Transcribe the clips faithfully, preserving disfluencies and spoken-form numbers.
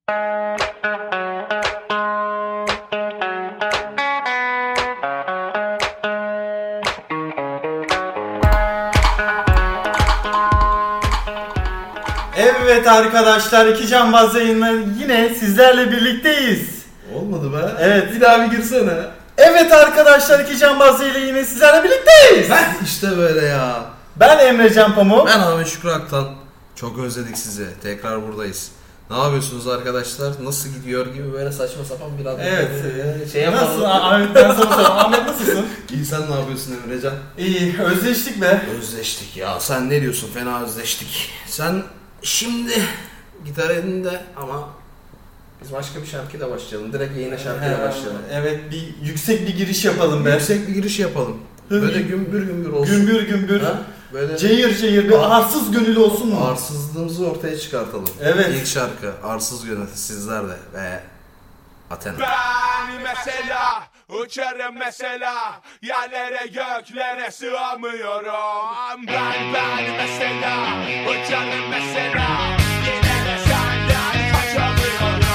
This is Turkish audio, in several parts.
Evet arkadaşlar, iki Cambaz yayınları yine sizlerle birlikteyiz. Olmadı be. Evet. Bir daha bir girsene. Evet arkadaşlar, iki Cambaz ile yine sizlerle birlikteyiz. Heh, işte böyle ya. Ben Emre Can Pamuk. Ben Ahmet Şükrü Aktan. Çok özledik sizi. Tekrar buradayız. Ne yapıyorsunuz arkadaşlar? Nasıl gidiyor gibi böyle saçma sapan bir adım. Evet. Şey yapalım. Nasıl? Ahmet, ben sana sorayım. Ahmet nasılsın? İyi, sen ne yapıyorsun Emrecan? İyi, özleştik be. Özleştik ya. Sen ne diyorsun? Fena özleştik. Sen şimdi gitar elinde ama biz başka bir şarkıyla başlayalım. Direkt yayına şarkıyla başlayalım. Evet, bir yüksek bir giriş yapalım be. Yüksek bir giriş yapalım. Böyle gümbür gümbür olsun. Gümbür gümbür. Ha? Böyle Cayır cayır bir arsız gönül olsun mu? Arsızlığımızı ortaya çıkartalım. Evet. İlk şarkı Arsız Gönül sizlerle ve Athena. Ben mesela uçarım mesela, yerlere göklere sığamıyorum. Ben ben mesela uçarım mesela, yine de senden kaçamıyorum.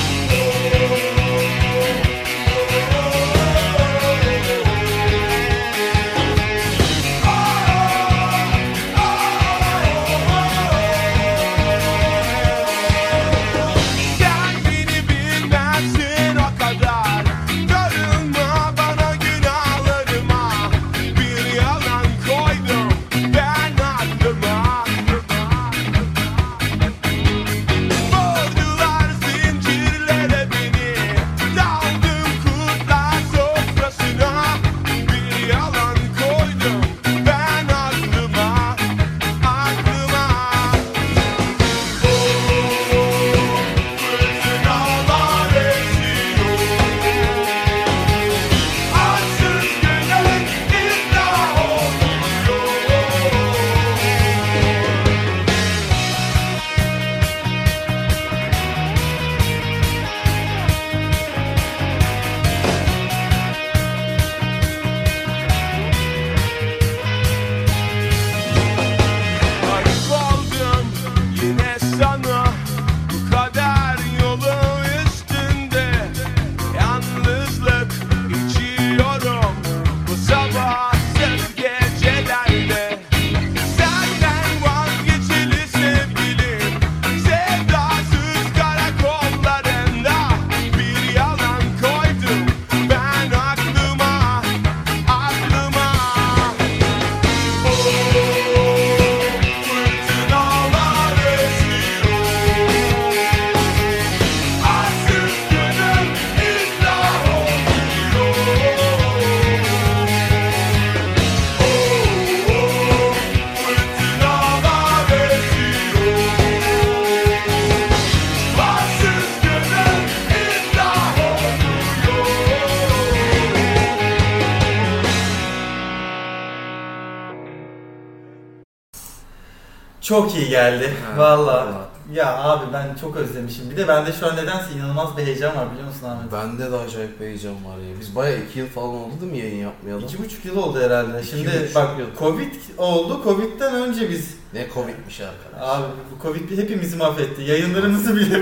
Çok iyi geldi. Ha, Vallahi. evet. Ya abi ben çok özlemişim. Bir de bende şu an nedense inanılmaz bir heyecan var, biliyor musun Ahmet? Bende de acayip bir heyecan var ya. Biz bayağı iki yıl falan oldu değil mi yayın yapmayalım? İki buçuk yıl oldu herhalde. İki Şimdi buçuk bak yıl. Covid oldu. Covid'den önce biz... Ne Covid'miş arkadaş. Abi bu Covid hepimizi mahvetti. Yayınlarımızı bile...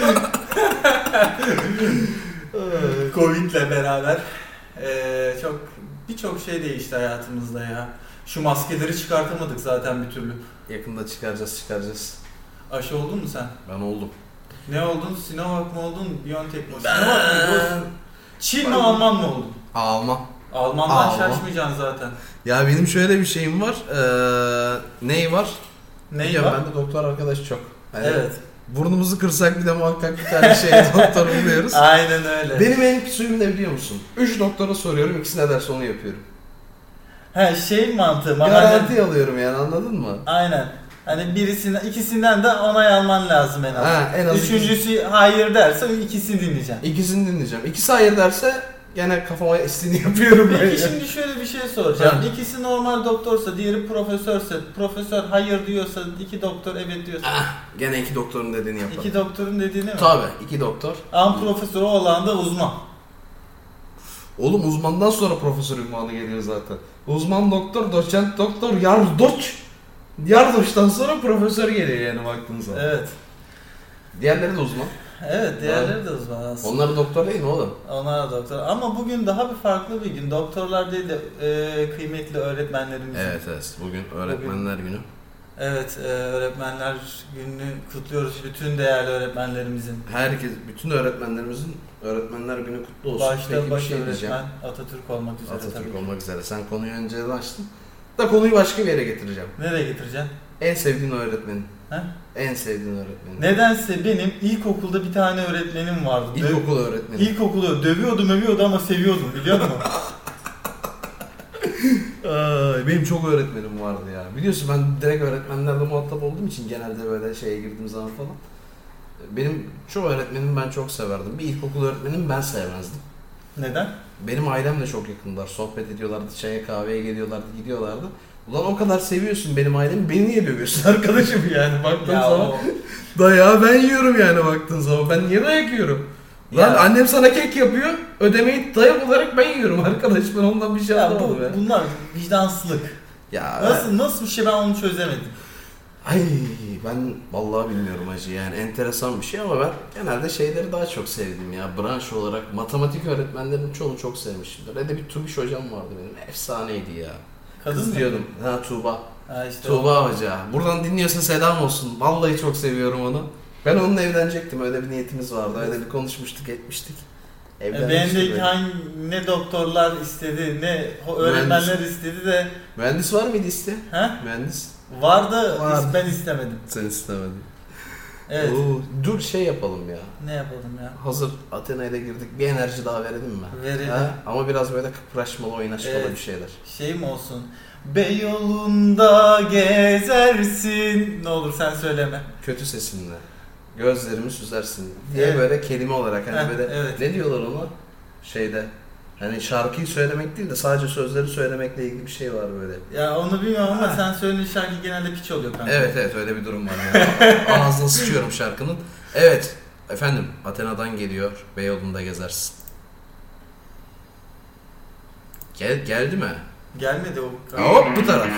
Covid'le beraber ee, çok birçok şey değişti hayatımızda ya. Şu maskeleri çıkartamadık zaten bir türlü. Yakında çıkaracağız çıkaracağız. Aşı oldun mu sen? Ben oldum. Ne oldun? Sinovac mı oldun? BioNTech mi? Ben... Sinovac mı? Çin mi, Alman mı oldun? Alman. Almandan Alman. şaşmayacaksın zaten. Ya benim şöyle bir şeyim var. Ee, ney var? Ney Biliyorum, var? bende doktor arkadaş çok. Yani Evet. Burnumuzu kırsak bir de muhakkak bir tane şey doktor buluyoruz. Aynen öyle. Benim en suyum ne biliyor musun? Üç doktora soruyorum, ikisi ne derse onu yapıyorum. He şey mantığı. Garanti Mahalle... alıyorum yani, anladın mı? Aynen. Hani birisinden, ikisinden de onay alman lazım en az. Ha, en az Üçüncüsü ikisi... hayır derse ikisini dinleyeceksin. İkisini dinleyeceğim. İkisi hayır derse gene kafama estiğini yapıyorum. Peki böyle. şimdi şöyle bir şey soracağım. Ha. İkisi normal doktorsa, diğeri profesörse, profesör hayır diyorsa, iki doktor evet diyorsa. Ah, gene iki doktorun dediğini yapalım. İki doktorun dediğini mi? Tabii, iki doktor. Ama profesörü olan da uzman. Oğlum uzmandan sonra profesör ünvanı geliyor zaten. Uzman doktor, doçent doktor, yardoç. Yardoç'tan sonra profesör geliyor yani baktığın zaman. Evet. Diğerleri de uzman. Evet, diğerleri de uzman aslında. Onlar doktor değil mi oğlum? Onlar da doktor. Ama bugün daha bir farklı bir gün. Doktorlar değil de e, kıymetli öğretmenlerimizin. Evet evet. Bugün öğretmenler günü. Evet, e, öğretmenler gününü kutluyoruz. Bütün değerli öğretmenlerimizin. Herkes, bütün öğretmenlerimizin öğretmenler günü kutlu olsun. Başta Peki, baş bir şey öğretmen diyeceğim. Atatürk olmak üzere Atatürk tabii. olmak üzere. Sen konuyu önceden açtın. Da konuyu başka bir yere getireceğim. Nereye getireceksin? En sevdiğin öğretmenin. He? En sevdiğin öğretmenin. Nedense benim ilkokulda bir tane öğretmenim vardı. Dö- İlkokul öğretmeni. İlkokulda dövüyordu mövüyordu ama seviyordum biliyor musun? Ay, benim çok öğretmenim vardı ya. Biliyorsun ben direkt öğretmenlerle muhatap olduğum için genelde böyle şeye girdiğim zaman falan. Benim çoğu öğretmenim ben çok severdim. Bir ilkokul öğretmenim ben sevmezdim. Neden? Benim ailemle çok yakınlar. Sohbet ediyorlardı, çaya kahveye geliyorlardı, gidiyorlardı. Ulan o kadar seviyorsun benim ailemi, beni niye dövüyorsun arkadaşım yani baktığın Ya zaman. o- Dayağı ben yiyorum yani baktığın zaman. Ben niye dayak yiyorum? Lan Ya- annem sana kek yapıyor, ödemeyi dayak olarak ben yiyorum arkadaş. Ben ondan bir şey Ya bu, anlamadım ya. bunlar vicdansızlık. Ya Nasıl nasıl bir şey ben onu çözemedim. ay ben vallahi bilmiyorum hacı yani enteresan bir şey ama ben genelde şeyleri daha çok sevdim ya. Branş olarak matematik öğretmenlerinin çoğunu çok sevmişimdir. Hele bir Tubiş hocam vardı benim. Efsaneydi ya. Kadın Kız mı? diyordum. Ha Tuğba. Ha işte Tuğba Hoca. Buradan dinliyorsa selam olsun. Vallahi çok seviyorum onu. Ben onunla evlenecektim. Öyle bir niyetimiz vardı. Öyle bir konuşmuştuk, etmiştik. E, Evlenmiştik benim de böyle. hangi ne doktorlar istedi ne o öğretmenler istedi de Mühendis var mıydı iste? ha? Mühendis. Vardı Vardı. ben istemedim. Sen istemedin. Evet. Oo, dur şey yapalım ya. Ne yapalım ya? Hazır Athena ile girdik. Bir enerji daha verelim mi? Verelim. Ha? Ama biraz böyle kıpraşmalı, oynaşmalı Evet. bir şeyler. Şey mi olsun? Beyoğlu'nda gezersin. Ne olur sen söyleme. Kötü sesinle. Gözlerimi süzersin diye Evet. böyle kelime olarak hani Heh, böyle evet. ne diyorlar ona? Şeyde hani şarkıyı söylemek değil de sadece sözleri söylemekle ilgili bir şey var böyle. Ya onu bilmiyorum ama Ha. sen söylediğin şarkı genelde piç oluyor kanka. Evet evet öyle bir durum var yani. Ağzına sıçıyorum şarkının. Evet efendim Athena'dan geliyor. Beyoğlu'nda gezersin. Gel, geldi mi? Gelmedi o. Hop bu taraf.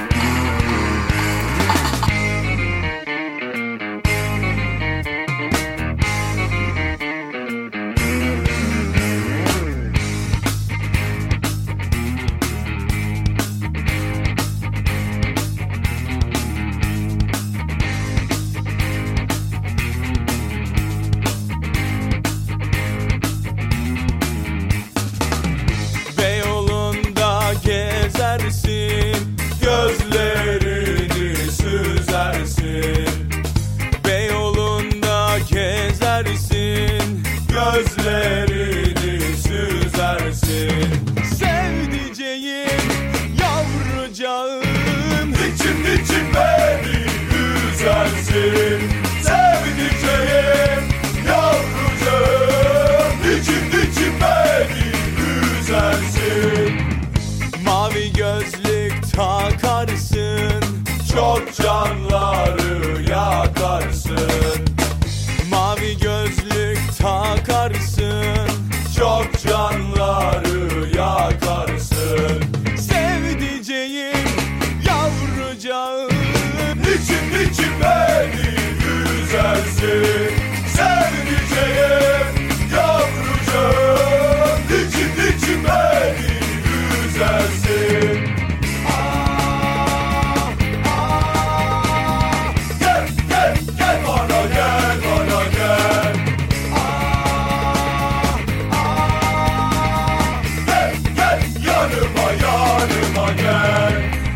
Beyoğlu'nda gezersin, gözlerini süzersin. Beyoğlu'nda gezersin, gözlerini süzersin. Sevdiceğim, yavrucağım, için için beni üzersin. Sevdiceğim, yavrucağım, için için beni üzersin. Mavi gözlük takarsın, çok canları yakarsın. Mavi gözlük takarsın, çok canları yakarsın. Sevdiceğim, yavrucağım, niçin niçin beni üzersin. Sevdiceğim, yavrucağım, niçin niçin beni üzersin. Aa, aa, gel gel gel bana gel bana gel. Aa, aa, gel gel yanıma yanıma gel.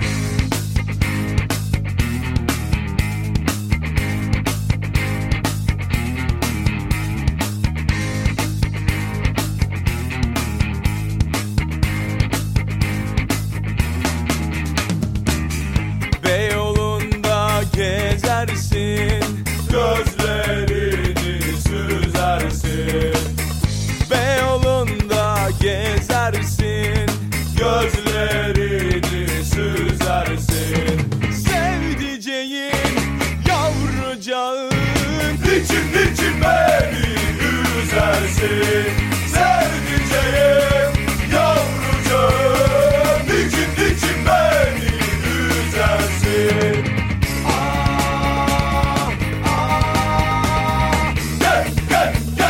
Beyoğlu'nda gezersin, gözlerini süzersin. Beyoğlu'nda gezersin, gözlerini süzersin. Sevdiceğim, yavrucağım, niçin niçin beni üzersin. Sevdiceğim, yavrucağım, niçin niçin beni üzersin. Aa, aa, gel gel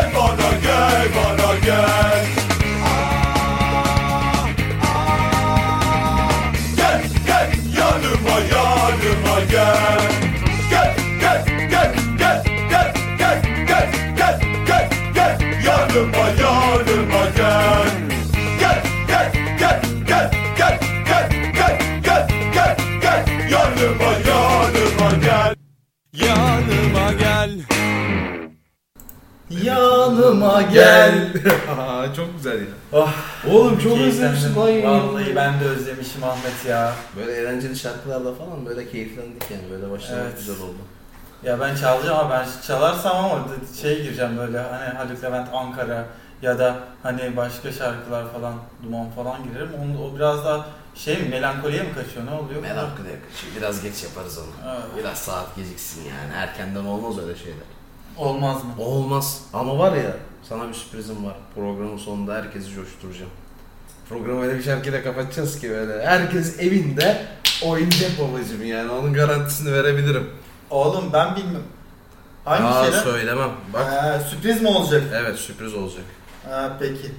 yanıma gel. Yanıma gel. Aa, çok güzel ya. Oh, Oğlum çok keyiflendim. özlemişim lan ya. Vallahi ben de özlemişim Ahmet ya. Böyle eğlenceli şarkılarda falan böyle keyiflendik yani. Böyle başlamak Evet. güzel oldu. Ya ben çalacağım ama ben çalarsam ama şey gireceğim böyle hani Haluk Levent Ankara ya da hani başka şarkılar falan Duman falan girerim. Onu, o biraz daha şey mi melankoliye mi kaçıyor ne oluyor? Meraklı yakışıyor. Biraz geç yaparız onu. Evet. Biraz saat geciksin yani. Erkenden olmaz öyle şeyler. Olmaz mı? Olmaz. Ama var ya sana bir sürprizim var. Programın sonunda herkesi coşturacağım. Programı öyle bir şarkıyla kapatacağız ki böyle. Herkes evinde oynayacak babacığım yani. Onun garantisini verebilirim. Oğlum ben bilmem. Hangi Aa, şeyler? söylemem. Bak. Ee, sürpriz mi olacak? Evet sürpriz olacak. Ha, peki.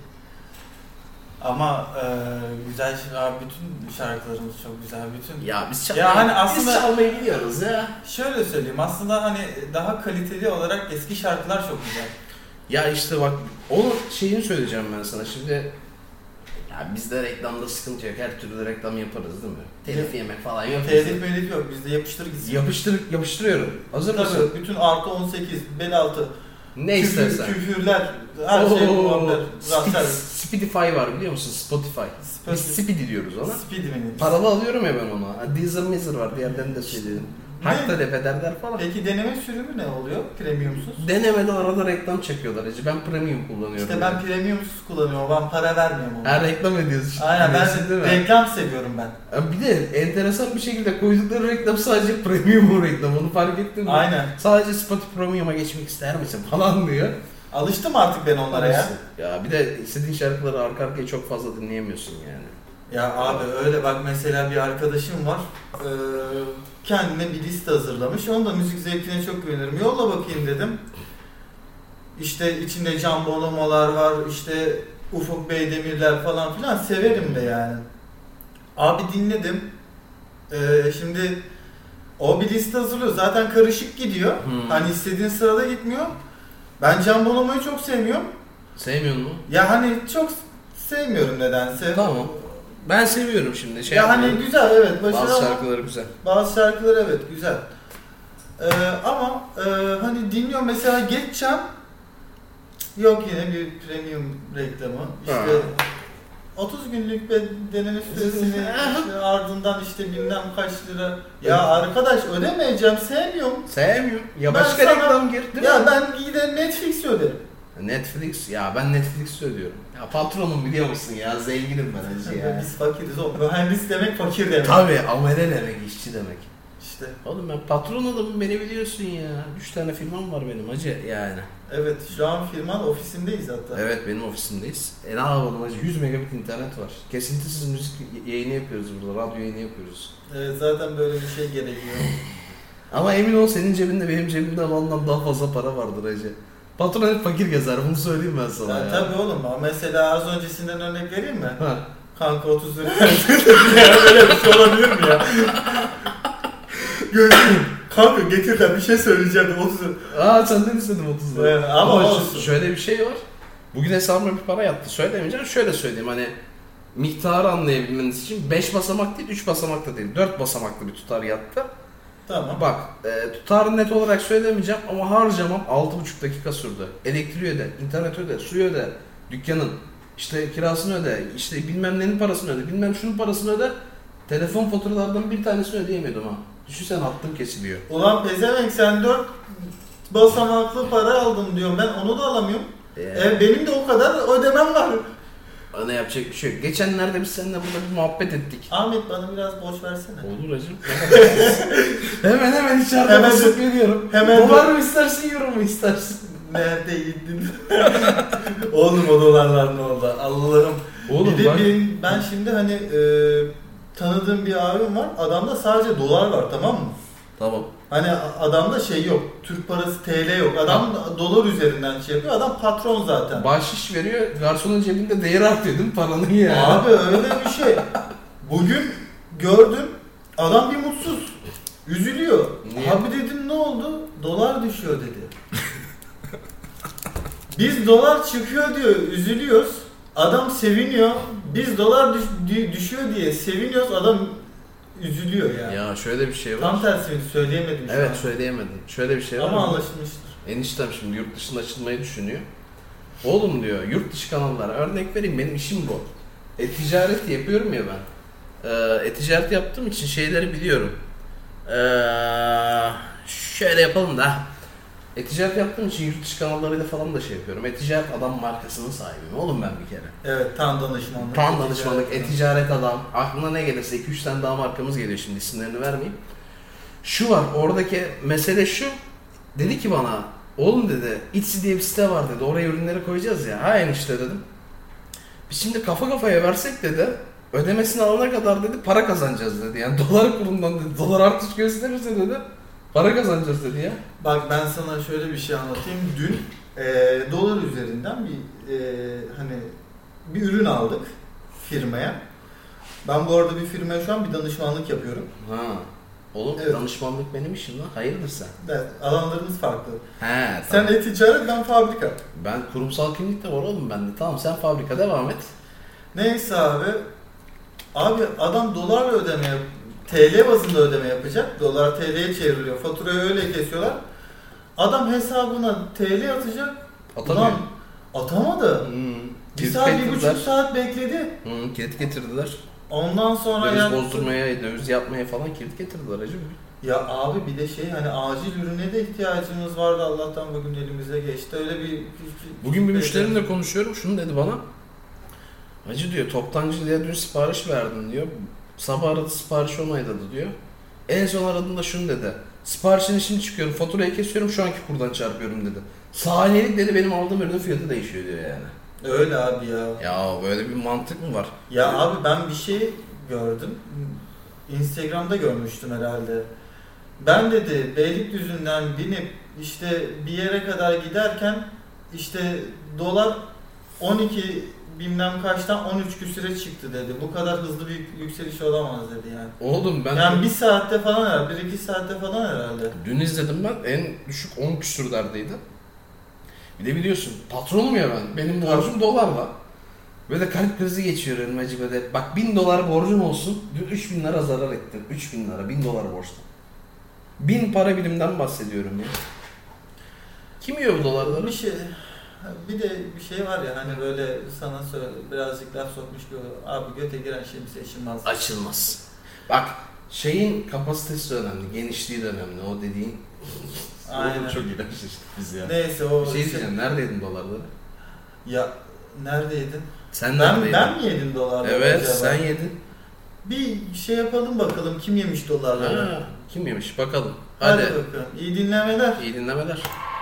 Ama e, güzel şarkı, bütün şarkılarımız çok güzel. Bütün Ya biz Ya çalmayı, hani aslında- biz çalmayı biliyoruz ya. şöyle söyleyeyim aslında hani daha kaliteli olarak eski şarkılar çok güzel. Ya işte bak onun şeyini söyleyeceğim ben sana şimdi. Ya bizde reklamda sıkıntı yok. Her türlü reklam yaparız değil mi? Telif yemek falan yok. Telif melif yok bizde yapıştır gitsin. Yapıştır, yapıştırıyorum. Hazır mısın? Tabii bütün artı on sekiz, bel altı, Ne küfür, istersen. küfürler, her şey Oo, muhabbet. Sp- Zaten Spotify var biliyor musun? Spotify. Biz Speedy diyoruz ona. Speedman. Paralı alıyorum ya ben ona. Deezer Mizer var diğerlerini de söyleyelim. Ne? Hak talep ederler falan. Peki deneme sürümü ne oluyor? Premiumsuz. Denemede arada reklam çekiyorlar. Hacı. Ben premium kullanıyorum. İşte yani. ben premiumsuz kullanıyorum. Ben para vermiyorum ona. Her reklam ediyoruz işte. Aynen Biliyorsun ben değil mi? reklam seviyorum ben. Ya bir de enteresan bir şekilde koydukları reklam sadece premium reklam. Onu fark ettin mi? Aynen. Sadece Spotify Premium'a geçmek ister misin falan diyor. Alıştım artık ben onlara ya. Ya bir de istediğin şarkıları arka arkaya çok fazla dinleyemiyorsun yani. Ya abi öyle bak mesela bir arkadaşım var. Ee, kendine bir liste hazırlamış. Onun da müzik zevkine çok güvenirim. Yolla bakayım dedim. İşte içinde Can Bonomo'lar var, işte Ufuk Beydemirler falan filan severim de yani. Abi dinledim. Ee, şimdi o bir liste hazırlıyor. Zaten karışık gidiyor. Hmm. Hani istediğin sırada gitmiyor. Ben Can Bonomo'yu çok sevmiyorum. Sevmiyor musun? Ya hani çok sevmiyorum nedense. Tamam. Ben seviyorum şimdi. Şey Ya hani yapıyorum. güzel evet başarılı Bazı ama şarkıları güzel. bazı şarkılar evet güzel. Ee, ama e, hani dinliyorum mesela geçeceğim. Yok yine bir premium reklamı. İşte Ha. otuz günlük bir deneme süresini işte ardından işte bilmem kaç lira. Ya arkadaş ödemeyeceğim sevmiyorum. Sevmiyorum. Ya Ben başka sana- reklam gir değil Ya mi? ben gider Netflix öderim. Netflix. Ya ben Netflix ödüyorum. Ya patronum biliyor musun ya? Zenginim ben hacı ya. Biz fakiriz oğlum. Mühendis demek fakir demek. Tabii ama ne demek işçi demek. İşte Oğlum ben patron adamım beni biliyorsun ya. Üç tane firmam var benim hacı yani. evet şu an firman ofisindeyiz hatta. Evet benim ofisimdeyiz. E ne yapalım hacı? yüz megabit internet var. Kesintisiz müzik yayını yapıyoruz burada. Radyo yayını yapıyoruz. Evet zaten böyle bir şey gerekiyor. Ama emin ol senin cebinde benim cebimde ondan daha fazla para vardır hacı. Patron hep fakir gezer bunu söyleyeyim ben sana Ya, ya. tabii oğlum ama mesela az öncesinden örnek vereyim mi? Ha. Kanka otuz lira ya böyle bir şey olabilir mi ya? Gözüm. Kanka getir de bir şey söyleyeceğim otuz lira. Aa senden istedim otuz lira. Evet, ama ş- olsun. şöyle bir şey var. Bugün hesabıma bir para yattı. Söylemeyeceğim. Şöyle söyleyeyim hani miktarı anlayabilmeniz için beş basamak değil üç basamak da değil dört basamaklı bir tutar yattı. Tamam. Bak e, tutarı net olarak söylemeyeceğim ama harcamam altı buçuk dakika sürdü. Elektriği öde, internet öde, suyu öde, dükkanın işte kirasını öde, işte bilmem nenin parasını öde, bilmem şunun parasını öde. Telefon faturalardan bir tanesini ödeyemiyordum ha. Düşünsene hattım kesiliyor. Ulan pezevenk sen dört basamaklı para aldım diyorum ben onu da alamıyorum. Ee, E, benim de o kadar ödemem var. Bana yapacak bir şey yok. Geçenlerde biz seninle burada bir muhabbet ettik. Ahmet bana biraz borç versene. Olur hacım. hemen hemen içeride Hemen basıp dur. veriyorum. Hemen Dolar dur. mı istersin euro mu istersin? Neredeydin? Oğlum o dolarlar ne oldu? Allah'ım. Oğlum bir de bak. benim, ben şimdi hani e, tanıdığım bir abim var. Adamda sadece dolar var tamam mı? Tamam. Hani adamda şey yok. Türk parası T L yok. Adam dolar üzerinden şey yapıyor. Adam patron zaten. Bahşiş veriyor. Garsonun cebinde değeri artıyor değil mi paranın ya? Abi öyle bir şey. Bugün gördüm. Adam bir mutsuz. Üzülüyor. Niye? Abi dedim ne oldu? Dolar düşüyor dedi. Biz dolar çıkıyor diyor. Üzülüyoruz. Adam seviniyor. Biz dolar düş- dü- düşüyor diye seviniyoruz. Adam üzülüyor yani. Ya şöyle bir şey var. Tam tersini söyleyemedim şu Evet an. söyleyemedim. Şöyle bir şey var. Ama anlaşılmıştır. Eniştem şimdi yurt dışında açılmayı düşünüyor. Oğlum diyor yurt dışı kanallara örnek vereyim, benim işim bu. E-ticaret yapıyorum ya ben. Ee, e-ticaret yaptığım için şeyleri biliyorum. Ee, şöyle yapalım da. E-ticaret yaptığım için yurt dışı kanallarıyla falan da şey yapıyorum. E-ticaret adam markasının sahibiyim oğlum ben bir kere. Evet, tam danışmanlık. Tam danışmanlık, e-ticaret adam. Aklına ne gelirse iki üç tane daha markamız geliyor, şimdi isimlerini vermeyeyim. Şu var, oradaki mesele şu. Dedi ki bana, oğlum dedi, Etsy diye bir site var dedi, oraya ürünleri koyacağız ya. Ha enişte dedim. Biz şimdi kafa kafaya versek dedi, ödemesini alana kadar dedi para kazanacağız dedi. Yani dolar kurundan dedi, dolar artış gösterirse dedi, para kazanacağız dedi ya. Bak ben sana şöyle bir şey anlatayım. Dün e, dolar üzerinden bir e, hani bir ürün aldık firmaya. Ben bu arada bir firmaya şu an bir danışmanlık yapıyorum. Ha. Oğlum Evet. danışmanlık benim işim lan, hayırdır sen? Evet, alanlarımız farklı. He, Sen tamam. e-ticaret, ben fabrika. Ben kurumsal kimlik de var oğlum bende. Tamam sen fabrika devam et. Neyse abi. Abi adam dolarla ödeme yap- T L bazında ödeme yapacak. Dolar T L'ye çevriliyor. Faturayı öyle kesiyorlar. Adam hesabına T L atacak. Atamıyor. Ulan atamadı. Hmm. Bir Kilit saat, bir getirdiler. buçuk saat bekledi. Hmm, kilit getirdiler. Ondan sonra Döviz yani... bozdurmaya, döviz yapmaya falan kilit getirdiler acaba. Ya abi bir de şey hani acil ürüne de ihtiyacımız vardı, Allah'tan bugün elimize geçti. Öyle bir... Bugün bir müşterimle konuşuyorum, şunu dedi bana. Hacı diyor, toptancılığa dün sipariş verdin diyor. Sabah aradı, sipariş onayladı diyor. En son aradığında şunu dedi. Siparişin şimdi çıkıyorum, faturayı kesiyorum, şu anki kurdan çarpıyorum dedi. Saniyelik dedi, benim aldığım ürünün fiyatı değişiyor diyor yani. Öyle abi ya. Ya böyle bir mantık mı var? Ya abi ben bir şey gördüm. Instagram'da görmüştüm herhalde. Ben dedi Beylikdüzü'nden binip işte bir yere kadar giderken işte dolar on iki bilmem kaçtan on üç küsüre çıktı dedi. Bu kadar hızlı bir yükseliş olamaz dedi yani. Oğlum ben Yani bir saatte falan herhalde, bir iki saatte falan herhalde. dün izledim ben, en düşük on küsürlerdeydi. Bir de biliyorsun patronum ya ben, benim borcum dolarla. Böyle kalp krizi geçiyor önüme böyle. Bak bin dolar borcum olsun, dün üç bin lira zarar ettim. üç bin lira, bin dolar borçtan. Bin para birimden bahsediyorum ya. Kim yiyor bu dolarları? Bir şey, bir de bir şey var ya hani böyle sana söyle, birazcık laf sokmuş gibi, abi göte giren şey bir seçilmez. Açılmaz. Bak şeyin kapasitesi önemli, genişliği de önemli. O dediğin Aynen. Oğlum çok iğrençleştik biz ya. Neyse o Bir şey diyeceğim, neredeydin dolarları? Ya neredeydin? Sen Ben, neredeydin? ben mi yedim dolarları Evet acaba? sen yedin. Bir şey yapalım bakalım kim yemiş dolarları. Ha, kim yemiş bakalım. Hadi. Hadi. bakalım. İyi dinlemeler. İyi dinlemeler.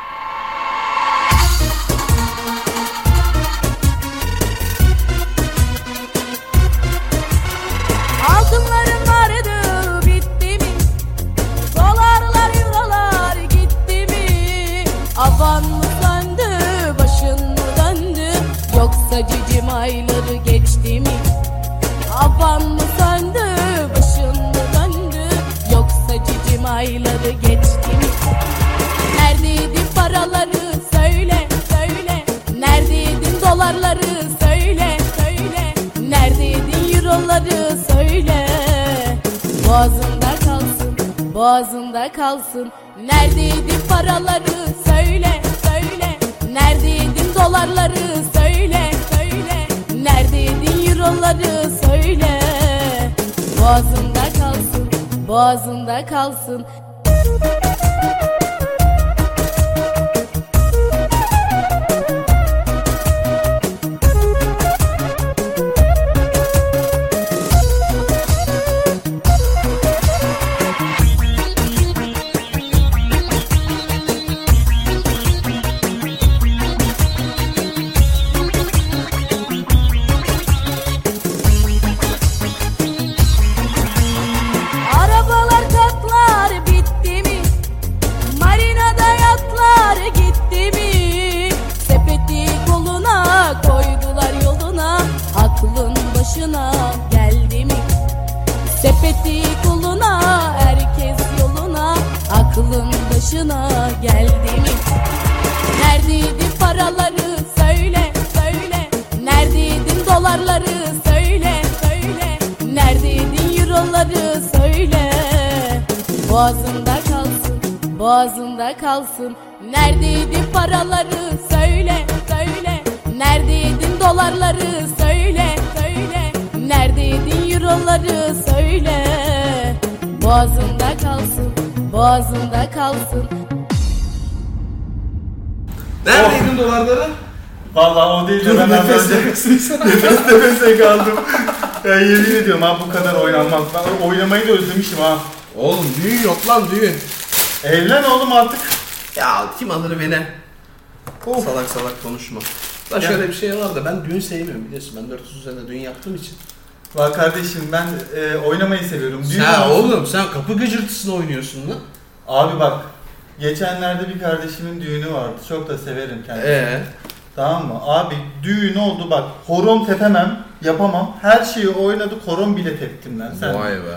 Altınların vardı bitti mi? Dolarlar eurolar gitti mi? Avan mı söndü, başın mı döndü? Yoksa cicim ayları geçti mi? Avan mı söndü, başın mı döndü? Yoksa cicim ayları geçti mi? Neredeydi paraları söyle söyle, neredeydin dolarları söyle söyle, neredeydin euroları söyle. Boğazında kalsın, boğazında kalsın. Neredeydin paraları söyle söyle, neredeydin dolarları söyle söyle, neredeydin euroları söyle. Boğazında kalsın, boğazında kalsın. Arabalar katlar bitti mi? Marinada yatlar gitti mi? Sepeti koluna koydular yoluna, aklın başına geldi mi? Sepeti koluna, herkes yoluna, aklın başına geldi mi? Neredeydin paraları söyle söyle, neredeydin dolarları söyle söyle, neredeydin euroları yolları söyle. Boğazında kalsın, boğazında kalsın. Neredeydin paraları söyle, söyle. Neredeydin dolarları söyle, söyle. Neredeydin euroları söyle. Boğazında kalsın, boğazında kalsın. Neredeydin dolarları? Vallahi o değil de Dur ben nefes önce nefes nefes nefese kaldım. Ya yemin ediyorum ha bu kadar oynanmaz. Ben oynamayı da özlemişim ha. Oğlum düğün yok lan düğün. Evlen oğlum artık. Ya kim alır beni? Of. Salak salak konuşma. Da Ya. şöyle bir şey var da ben düğün sevmiyorum biliyorsun. Ben dört yüz sene düğün yaptığım için. Bak kardeşim ben e, oynamayı seviyorum. Düğün Sen olsun. oğlum sen kapı gıcırtısını oynuyorsun lan. Abi bak. Geçenlerde bir kardeşimin düğünü vardı. Çok da severim kendisini. Ee, Tamam mı? Abi düğün oldu bak. Horon tepemem. Yapamam. Her şeyi oynadık. Horon bile teptim lan. Sen. vay be.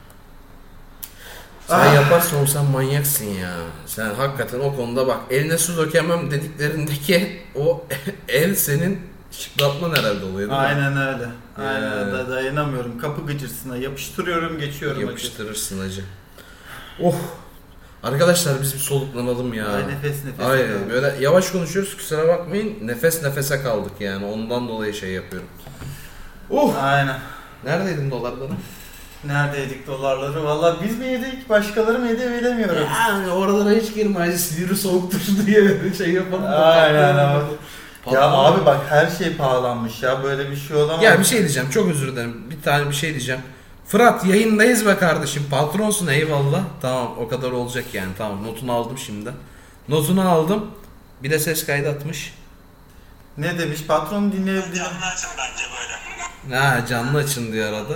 Sen Ah. yaparsan sen manyaksın ya. Sen hakikaten o konuda bak eline su dökemem dediklerindeki o el senin şıklatman herhalde oluyor değil mi? Aynen öyle. Aynen Ee. da dayanamıyorum. Kapı gıcırsına yapıştırıyorum, geçiyorum. Yapıştırırsın acı. Oh. Arkadaşlar biz bir soluklanalım ya. Ay nefes nefes. Ay böyle yavaş konuşuyoruz kusura bakmayın. Nefes nefese kaldık yani. Ondan dolayı şey yapıyorum. Oh. Aynen. Neredeydin dolarları? Neredeydik dolarları? Valla biz mi yedik, başkaları mı yedi bilemiyorum. Yani oralara hiç girme. Acı siniri soğuktur diye şey yapalım. da Aynen patlayalım. abi. Ya Patlayalım. abi bak her şey pahalanmış ya. Böyle bir şey olamaz. Ya bir şey diyeceğim. Çok özür dilerim. Bir tane bir şey diyeceğim. Fırat yayındayız be kardeşim. Patronsun eyvallah. Tamam o kadar olacak yani. Tamam notunu aldım şimdi. Notunu aldım. Bir de ses kaydı atmış. Ne demiş? Patronu dinleyebilirim. Canlı açın bence böyle. Ha canlı açın diye arada.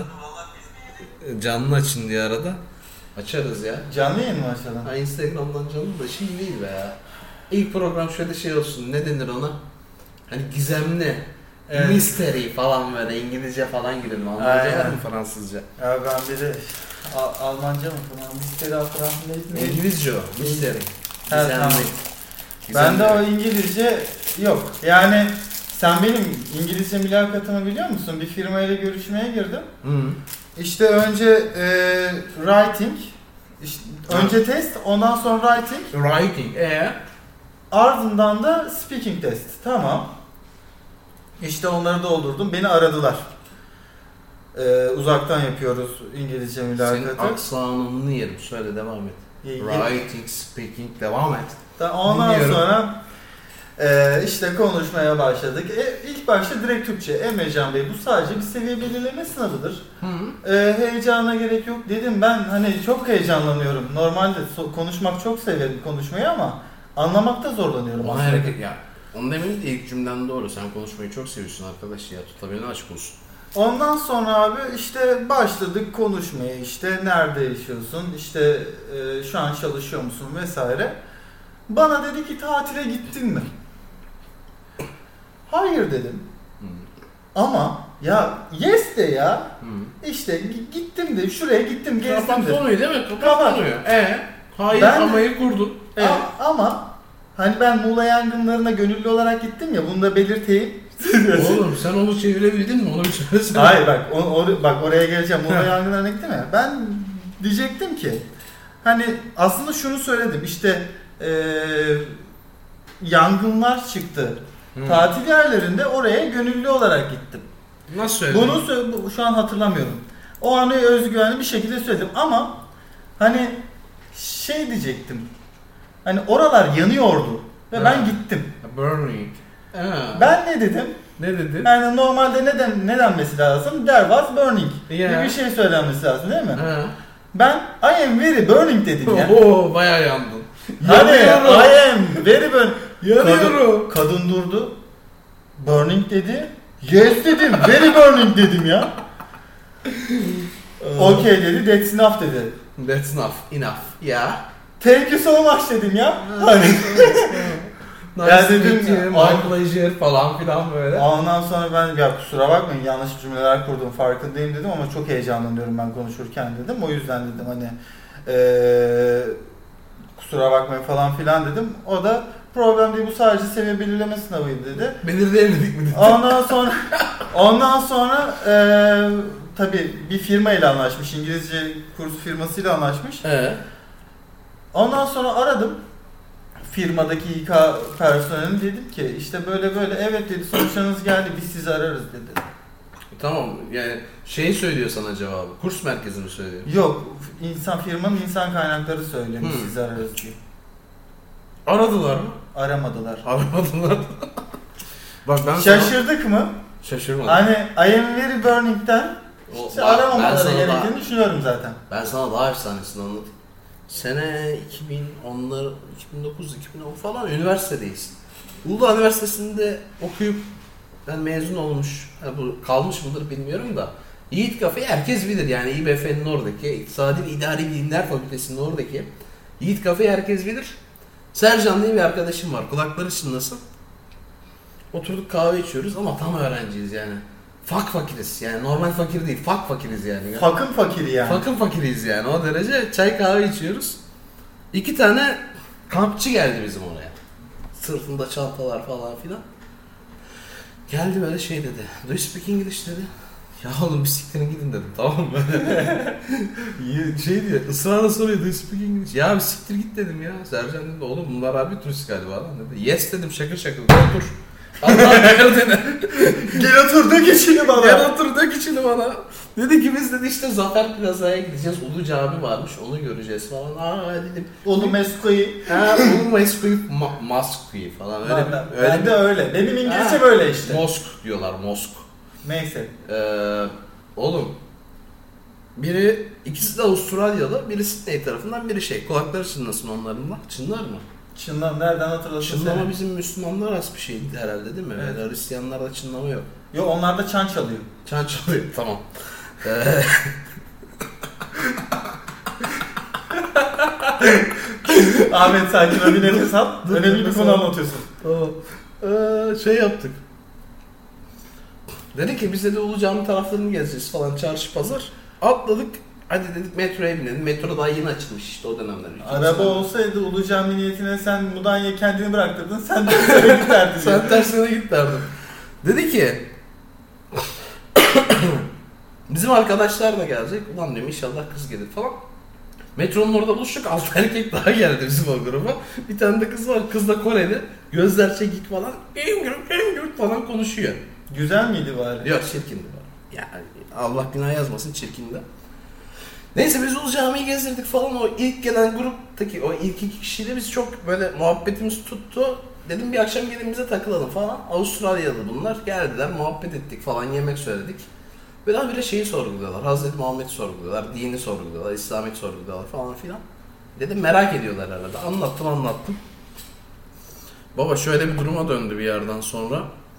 Canlı açın diye arada. Açarız ya. Canlı yayın mı açalım? Ha Instagram'dan canlı da şimdi değil be ya. İlk program şöyle şey olsun. Ne denir ona? Hani gizemli. Evet. Mystery falan böyle İngilizce falan girelim. Almanca var Aynen. mı Fransızca? Ya ben bir de Al- Almanca mı falan? Misteri Afran neydi? İngilizce o. Mystery. Ha, Gizemli. tamam. Gizemli. Bende o İngilizce yok. Yani sen benim İngilizce mülakatımı biliyor musun? Bir firmayla görüşmeye girdim. Hı. İşte önce e, writing, işte önce test, ondan sonra writing, Writing. Ee? ardından da speaking test. Tamam. İşte onları doldurdum. Beni aradılar. E, uzaktan yapıyoruz İngilizce Senin mülakatı. aksanını yerim. Söyle devam et. Ye- ye- Writing, speaking devam et. Ta- Ondan Dinliyorum. sonra e, işte konuşmaya başladık. E, ilk başta direkt Türkçe. Emrecan Bey bu sadece bir seviye belirleme sınavıdır. Hı. E, heyecana gerek yok dedim. Ben hani çok heyecanlanıyorum. Normalde so- konuşmak çok severim konuşmayı ama anlamakta zorlanıyorum. Ona aslında. hareket ya. Onu demeyin de ilk cümlen doğru. Sen konuşmayı çok seviyorsun arkadaş ya. Tutabilene aşk olsun. Ondan sonra abi işte başladık konuşmaya. İşte nerede yaşıyorsun? İşte e, şu an çalışıyor musun vesaire. Bana dedi ki tatile gittin mi? Hayır dedim. Hı. Ama ya yes de ya. Hı. İşte gi- gittim de şuraya gittim gezdim Kapat de. konuyu değil mi? Kapat Kapat. konuyu. Ee? Hayır Ben- amayı kurdun. Ee? A- ama hani ben Muğla yangınlarına gönüllü olarak gittim ya bunu da belirteyim. Oğlum sen onu çevirebildin mi? Onu bir söylesene. Hayır bak o, o- bak oraya geleceğim. Muğla yangınlarına gittim ya. Ben diyecektim ki hani aslında şunu söyledim işte eee, yangınlar çıktı. Hı. Tatil yerlerinde oraya gönüllü olarak gittim. Nasıl söyledin? Bunu sö- bu- şu an hatırlamıyorum. O anı özgüvenli bir şekilde söyledim ama hani şey diyecektim. Hani oralar yanıyordu ve Ha. ben gittim. Burning. Ee, Ben ne dedim? ne dedin? Yani normalde neden ne denmesi lazım? There was burning. Yeah. Gibi bir şey söylenmesi lazım değil mi? Ha. Ben I am very burning dedim ya. Oo bayağı yandın. Hani Yanıyorum. I am very burning. Yanıyorum. Kadın, kadın durdu. Burning dedi. Yes dedim. Very burning dedim ya. Okay dedi. That's enough dedi. That's enough. Enough. Ya. Thank you so much dedim ya. Hani. Nice Ya to dedim meet you, ya, my ay- pleasure falan filan böyle. Ondan sonra ben ya kusura bakmayın yanlış cümleler kurdum farkındayım dedim ama çok heyecanlanıyorum ben konuşurken dedim. O yüzden dedim hani eee kusura bakmayın falan filan dedim. O da problem değil bu sadece seviye belirleme sınavıydı dedi. Belirleyemedik mi dedi. Ondan sonra ondan sonra eee tabii bir firma ile anlaşmış. İngilizce kurs firmasıyla anlaşmış. Ee? Ondan sonra aradım. Firmadaki İK personelini, dedim ki işte böyle böyle, evet dedi, sonuçlarınız geldi, biz sizi ararız dedi. Tamam, yani şeyi söylüyor sana cevabı. Kurs merkezini söylüyor. Yok, insan firmanın insan kaynakları söylemiş Hmm. sizi ararız diye. Aradılar mı? Aramadılar. Aramadılar. Bak ben Şaşırdık mı? sana... Şaşırmadım. Hani I am very burning'den O- işte bak, ben aramamaları sana gerektiğini daha- düşünüyorum zaten. Ben sana daha efsanesini anlatayım. Sene iki bin onlar, iki bin dokuz iki bin on falan üniversitedeyiz. Uludağ Üniversitesi'nde okuyup ben mezun olmuş, yani bu kalmış mıdır bilmiyorum da Yiğit Kafe'yi herkes bilir, yani İBF'nin oradaki, İktisadi ve İdari Bilimler Fakültesi'nin oradaki Yiğit Kafe'yi herkes bilir. Sercan diye bir arkadaşım var, kulakları çınlasın. Oturduk kahve içiyoruz ama tam öğrenciyiz yani. Fak fakiriz yani, normal fakir değil, fak fakiriz yani. Fakın fakiri yani. Fakın fakiriyiz yani, o derece çay kahve içiyoruz. İki tane kampçı geldi bizim oraya. Sırtında çantalar falan filan. Geldi böyle şey dedi. Do you speak English dedi. Ya oğlum bir siktirin gidin dedim, tamam mı? şey diyor, ısrarla soruyor, do you speak English? Ya bir siktir git dedim ya. Sercan dedi, oğlum bunlar abi turist galiba lan dedi. Yes dedim şakır şakır, otur. Allah derdine. Gel otur da geçini bana. Gel otur dök içini bana. Dedi ki biz dedi işte Zafer Plaza'ya gideceğiz. Ulu Cami varmış, onu göreceğiz falan. Aa dedim. Ulu Mesku'yu. Ha Ulu Mesku'yu, Ma- Masku'yu falan. Öyle Ben, bir, ben, öyle ben bir, de öyle. Benim İngilizce Ha. böyle işte. Mosk diyorlar, Mosk. Neyse. Ee, oğlum biri, ikisi de Avustralyalı, biri Sydney tarafından, biri şey, kulakları çınlasın onların da. Çınlar mı? Çınlam nereden hatırlasın Çınlama seni? bizim Müslümanlar az bir şey herhalde değil mi? Evet. Evet. Hristiyanlarda çınlama yok. Yok, onlar da çan çalıyor. Çan çalıyor, tamam. Ee, Ahmet sakin ol, bir nefes al. Dur, Önemli bir nefes konu al. anlatıyorsun. Tamam. Ee, şey yaptık. Dedi ki biz de Ulu Cami taraflarını gezeceğiz falan, çarşı pazar. Atladık. Hadi dedik metroya binelim. Metro daha yeni açılmış işte o dönemler. Araba olsaydı Ulu Cami niyetine sen Mudanya kendini bıraktırdın. Sen de sana giderdin. Sen tersine git derdim. Dedi ki bizim arkadaşlar da gelecek. Ulan diyorum inşallah kız gelir falan. Metronun orada buluştuk. Altı erkek daha geldi bizim o gruba. Bir tane de kız var. Kız da Koreli. Gözler çekik falan. falan konuşuyor. Güzel miydi bari? Yok çirkindi. Ya Allah günah yazmasın, çirkindi. Neyse biz Ulu Cami'yi gezdirdik falan, o ilk gelen gruptaki o ilk iki kişiyle biz çok böyle muhabbetimiz tuttu. Dedim bir akşam gelin bize takılalım falan. Avustralyalı bunlar, geldiler, muhabbet ettik falan, yemek söyledik. Biraz bile şeyi sorguluyorlar, Hazreti Muhammed sorguluyorlar, dini sorguluyorlar, İslamiyet sorguluyorlar falan filan. Dedim merak ediyorlar arada, anlattım anlattım. Baba şöyle bir duruma döndü bir yerden sonra.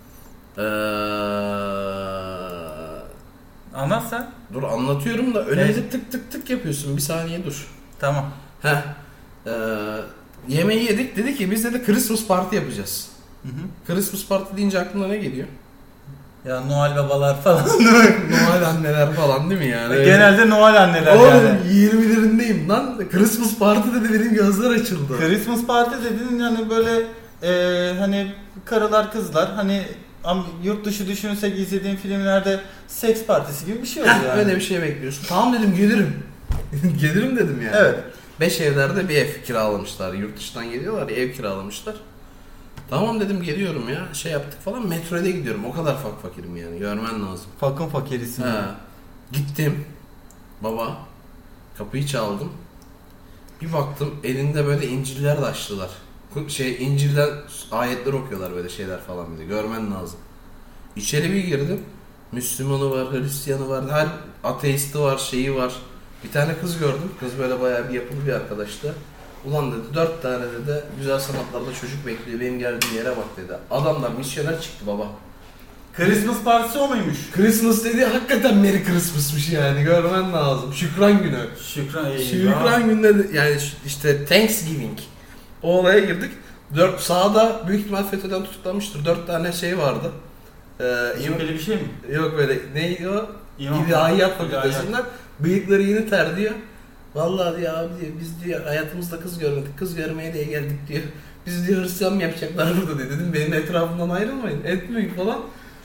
Eee... Anlat sen. Dur anlatıyorum da önümüze Evet. tık tık tık yapıyorsun, bir saniye dur. Tamam. Heh. Ee, yemeği yedik, dedi ki biz de Christmas party yapacağız. Hı hı. Christmas party deyince aklına ne geliyor? Ya Noel babalar falan. Noel anneler falan değil mi yani? Genelde Noel anneler Oğlum yani. yirmilerindeyim lan. Christmas party dedi, benim gözler açıldı. Christmas party dedin yani böyle e, hani karılar kızlar hani am- yurt dışı düşünürsek izlediğim filmlerde seks partisi gibi bir şey oluyor Heh, yani. öyle bir şey bekliyorsun. Tamam dedim, gelirim. Gelirim dedim yani. Evet. Beş evlerde bir ev kiralamışlar. Yurt dışından geliyorlar ya, ev kiralamışlar. Tamam dedim, geliyorum ya. Şey yaptık falan, metroya gidiyorum. O kadar fak fakirim yani, görmen lazım. Fakın fakirisin. He. Gittim. Baba. Kapıyı çaldım. Bir baktım elinde böyle İncil'ler de açtılar. Şey İncil'den ayetler okuyorlar, böyle şeyler falan bir de. Görmen lazım. İçeri bir girdim. Müslümanı var, Hristiyanı var, her ateisti var, şeyi var. Bir tane kız gördüm. Kız böyle bayağı bir yapılı bir arkadaştı. Ulan dedi, dört tane dedi güzel sanatlarda çocuk bekliyor, benim geldiğim yere bak dedi. Adamlar misyoner çıktı baba. Christmas partisi o muymuş? Christmas dedi, hakikaten Merry Christmas'mış yani, görmen lazım. Şükran günü. Şükran eyvallah. Şükran günü de- yani işte Thanksgiving. O olaya girdik. Dört, sağda büyük ihtimal FETÖ'den tutuklanmıştır. Dört tane şey vardı. Ee, Yok öyle bir şey mi? yok böyle neydi o? İmam. İlahiyat İlahiyat. fakültesinden. Bıyıkları yeni ter diyor. Vallahi diyor abi diyor, biz diyor hayatımızda kız görmedik. Kız görmeye diye geldik diyor. Biz diyor Hristiyan mı yapacaklar burada diyor. Dedim benim etrafımdan ayrılmayın. Etmeyin falan.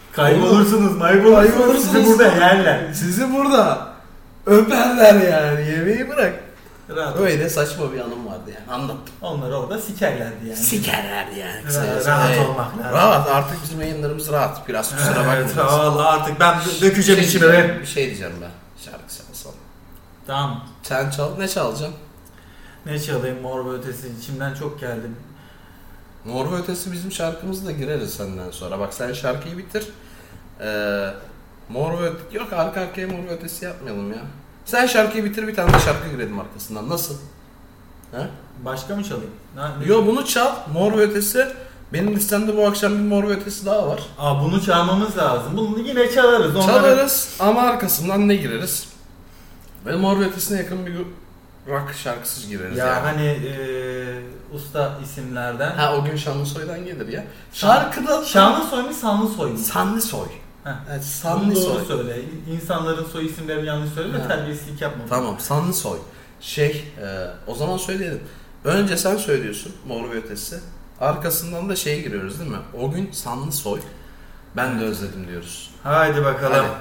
Kaybolursunuz, maybolursunuz. Kaybolursunuz. Sizi burada yerler. Sizi burada öperler yani. Yemeği bırak. Rahat. Öyle saçma bir anım vardı yani. Anlattım. Onları orada sikerlerdi yani. Sikerlerdi yani. Rahat, Kısacası. rahat Evet. olmak lazım. Rahat. Artık bizim yayınlarımız rahat. Biraz kusura bakmayın. Evet, valla artık ben dö- dökeceğim Şey içime. diyeceğim, bir şey diyeceğim ben. Şarkı çalsam. Tamam. Sen çal. Ne çalacaksın? Ne çalayım? Mor ve Ötesi içimden çok geldi. Mor ve Ötesi bizim şarkımızla gireriz senden sonra. Bak sen şarkıyı bitir. Ee, Mor ve Ötesi... Yok arka arkaya Mor ve Ötesi yapmayalım ya. Sen şarkıyı bitir, bir tane de şarkı girelim arkasından. Nasıl? He? Başka mı çalayım? Ha, ne- Yo bunu çal. Mor ve Ötesi. Benim listemde bu akşam bir Mor ve Ötesi daha var. Aa, bunu çalmamız lazım. Bunu yine çalarız. Onları... Çalarız ama arkasından ne gireriz? Ve Mor ve Ötesi'ne yakın bir rock şarkısı gireriz Ya yani. hani eee usta isimlerden. Ha o gün Şanlısoy'dan gelir ya. Şarkıda Şanlısoy mu Sanlısoy mu? Sanlısoy. Heh. Evet Bunu doğru Sanlısoy. söyle. İnsanların soy isimlerini yanlış söyleme, Ha. terbiyesizlik yapma. Tamam Sanlısoy. Şey e, o zaman söyleyelim. Önce sen söylüyorsun Mor ve Ötesi. Arkasından da şeye giriyoruz değil mi? O gün Sanlısoy. Ben de özledim diyoruz. Haydi bakalım. Hadi.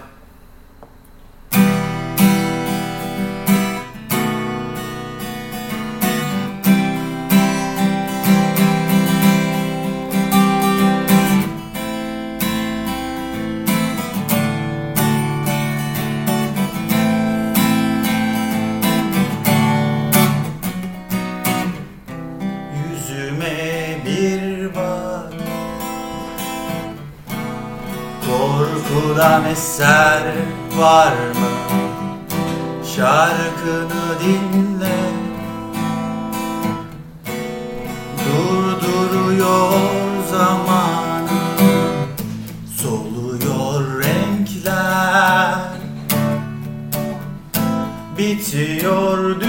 Yüzüme bir bak, korkudan eser var mı? Şarkını dinle, durduruyor zamanı, soluyor renkler, bitiyor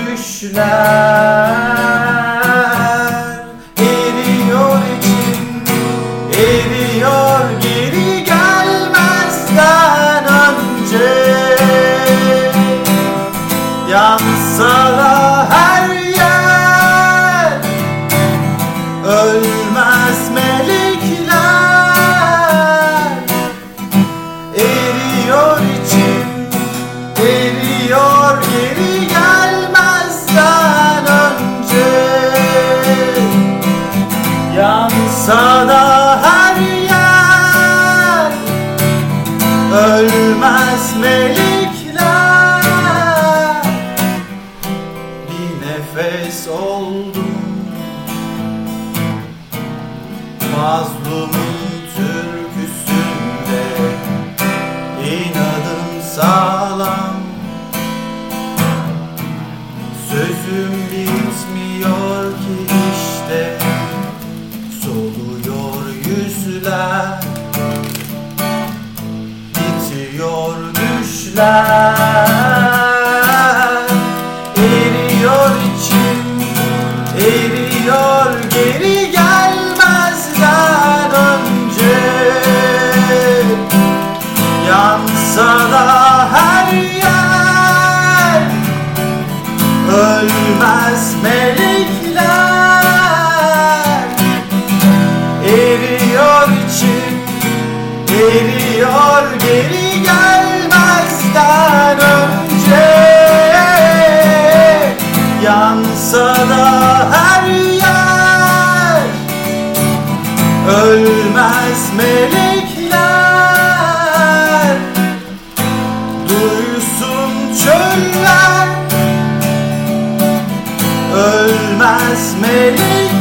düşler, eriyor içim, eriyor geri gelmezden önce. Yansa da her yer, ölmez melekler, eriyor içim, eriyor geri gelmezden önce. Yansa da her yer, ölmez melekler. Bir nefes oldum, mazlumun türküsünde, inadım sağlam, sözüm bitmiyor ki işte, soluyor yüzler, bitiyor düşler, eriyor içim, eriyor geri gelmezden önce. Yansa da her yer, ölmez melekler, eriyor içim, eriyor geri gelmezden önce. Yansa da her yer, ölmez melekler, duysun çöller, ölmez melekler.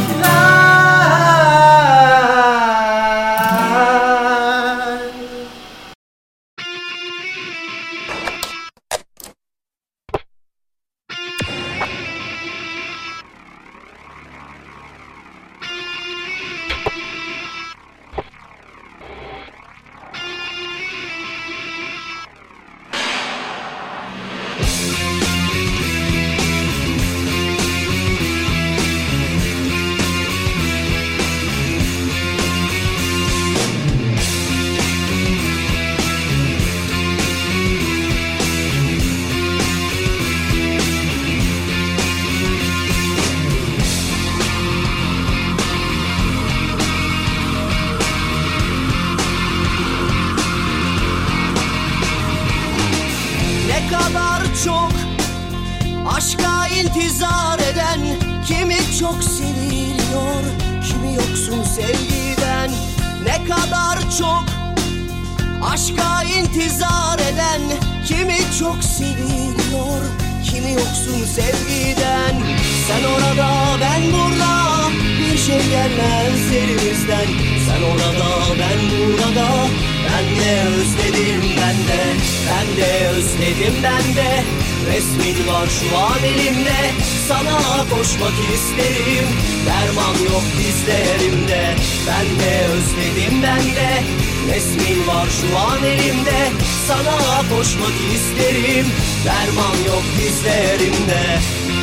Aşka intizar eden kimi çok seviyor, kimi yoksun sevgiden. Sen orada ben burada, bir şey gelmez elimizden. Sen orada ben burada, ben de özledim ben de, ben de özledim ben de. Resmin var şu an elimde, sana koşmak isterim. Derman yok dizlerimde, ben de özledim ben de. Resmin var şu an elimde, sana koşmak isterim. Derman yok dizlerimde.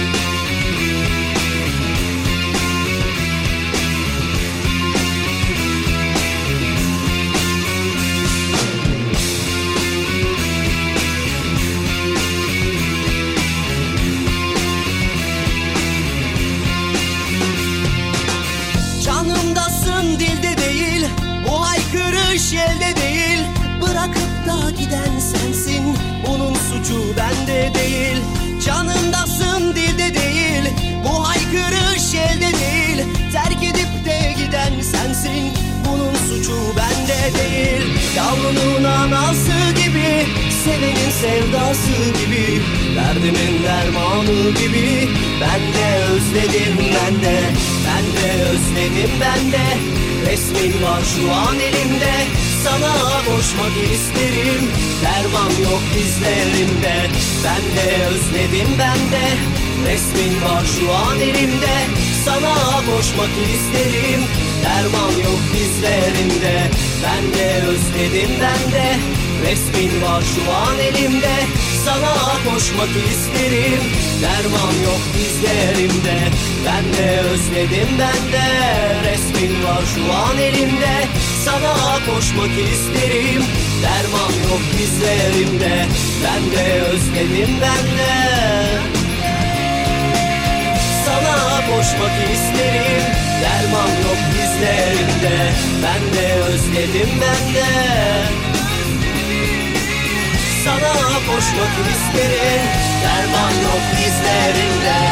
Canımdasın dilde değil, bu haykırış elde değil. Bırakıp da giden sensin, bunun suçu bende değil. Canımdasın dilde değil, bu haykırış elde değil. Terk edip de giden sensin, bunun suçu bende değil. Yavrunun anası gibi, sevenin sevdası gibi, derdimin dermanı gibi. Ben de özledim ben de, ben de özledim ben de. Resmin var şu an elimde, sana koşmak isterim. Derman yok dizlerimde, ben de özledim ben de. Resmin var şu an elimde, sana koşmak isterim. Derman yok dizlerimde, ben de özledim ben de. Resmin var şu an elimde, sana koşmak isterim. Derman yok dizlerimde, ben de özledim ben de. Resmin var şu an elimde, sana koşmak isterim. Derman yok dizlerimde, ben de özledim ben de. Sana koşmak isterim. Derman yok dizlerimde, ben de özledim ben de. Sana koşmak isterim. Derman yok dizlerimde.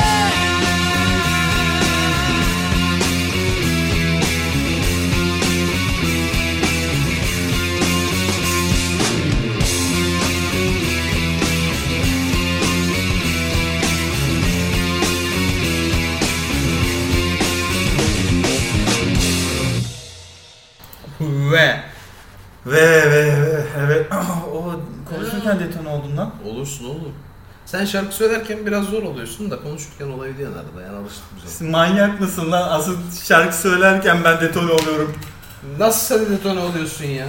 Ve ve ve ve evet. O konuşurken detone oldun lan. Olursun oğlum. Sen şarkı söylerken biraz zor oluyorsun da konuşurken olabiliyor arada, yani alıştık biz. Siz manyak mısın lan? Asıl şarkı söylerken ben detone oluyorum. Nasıl sen detone oluyorsun ya?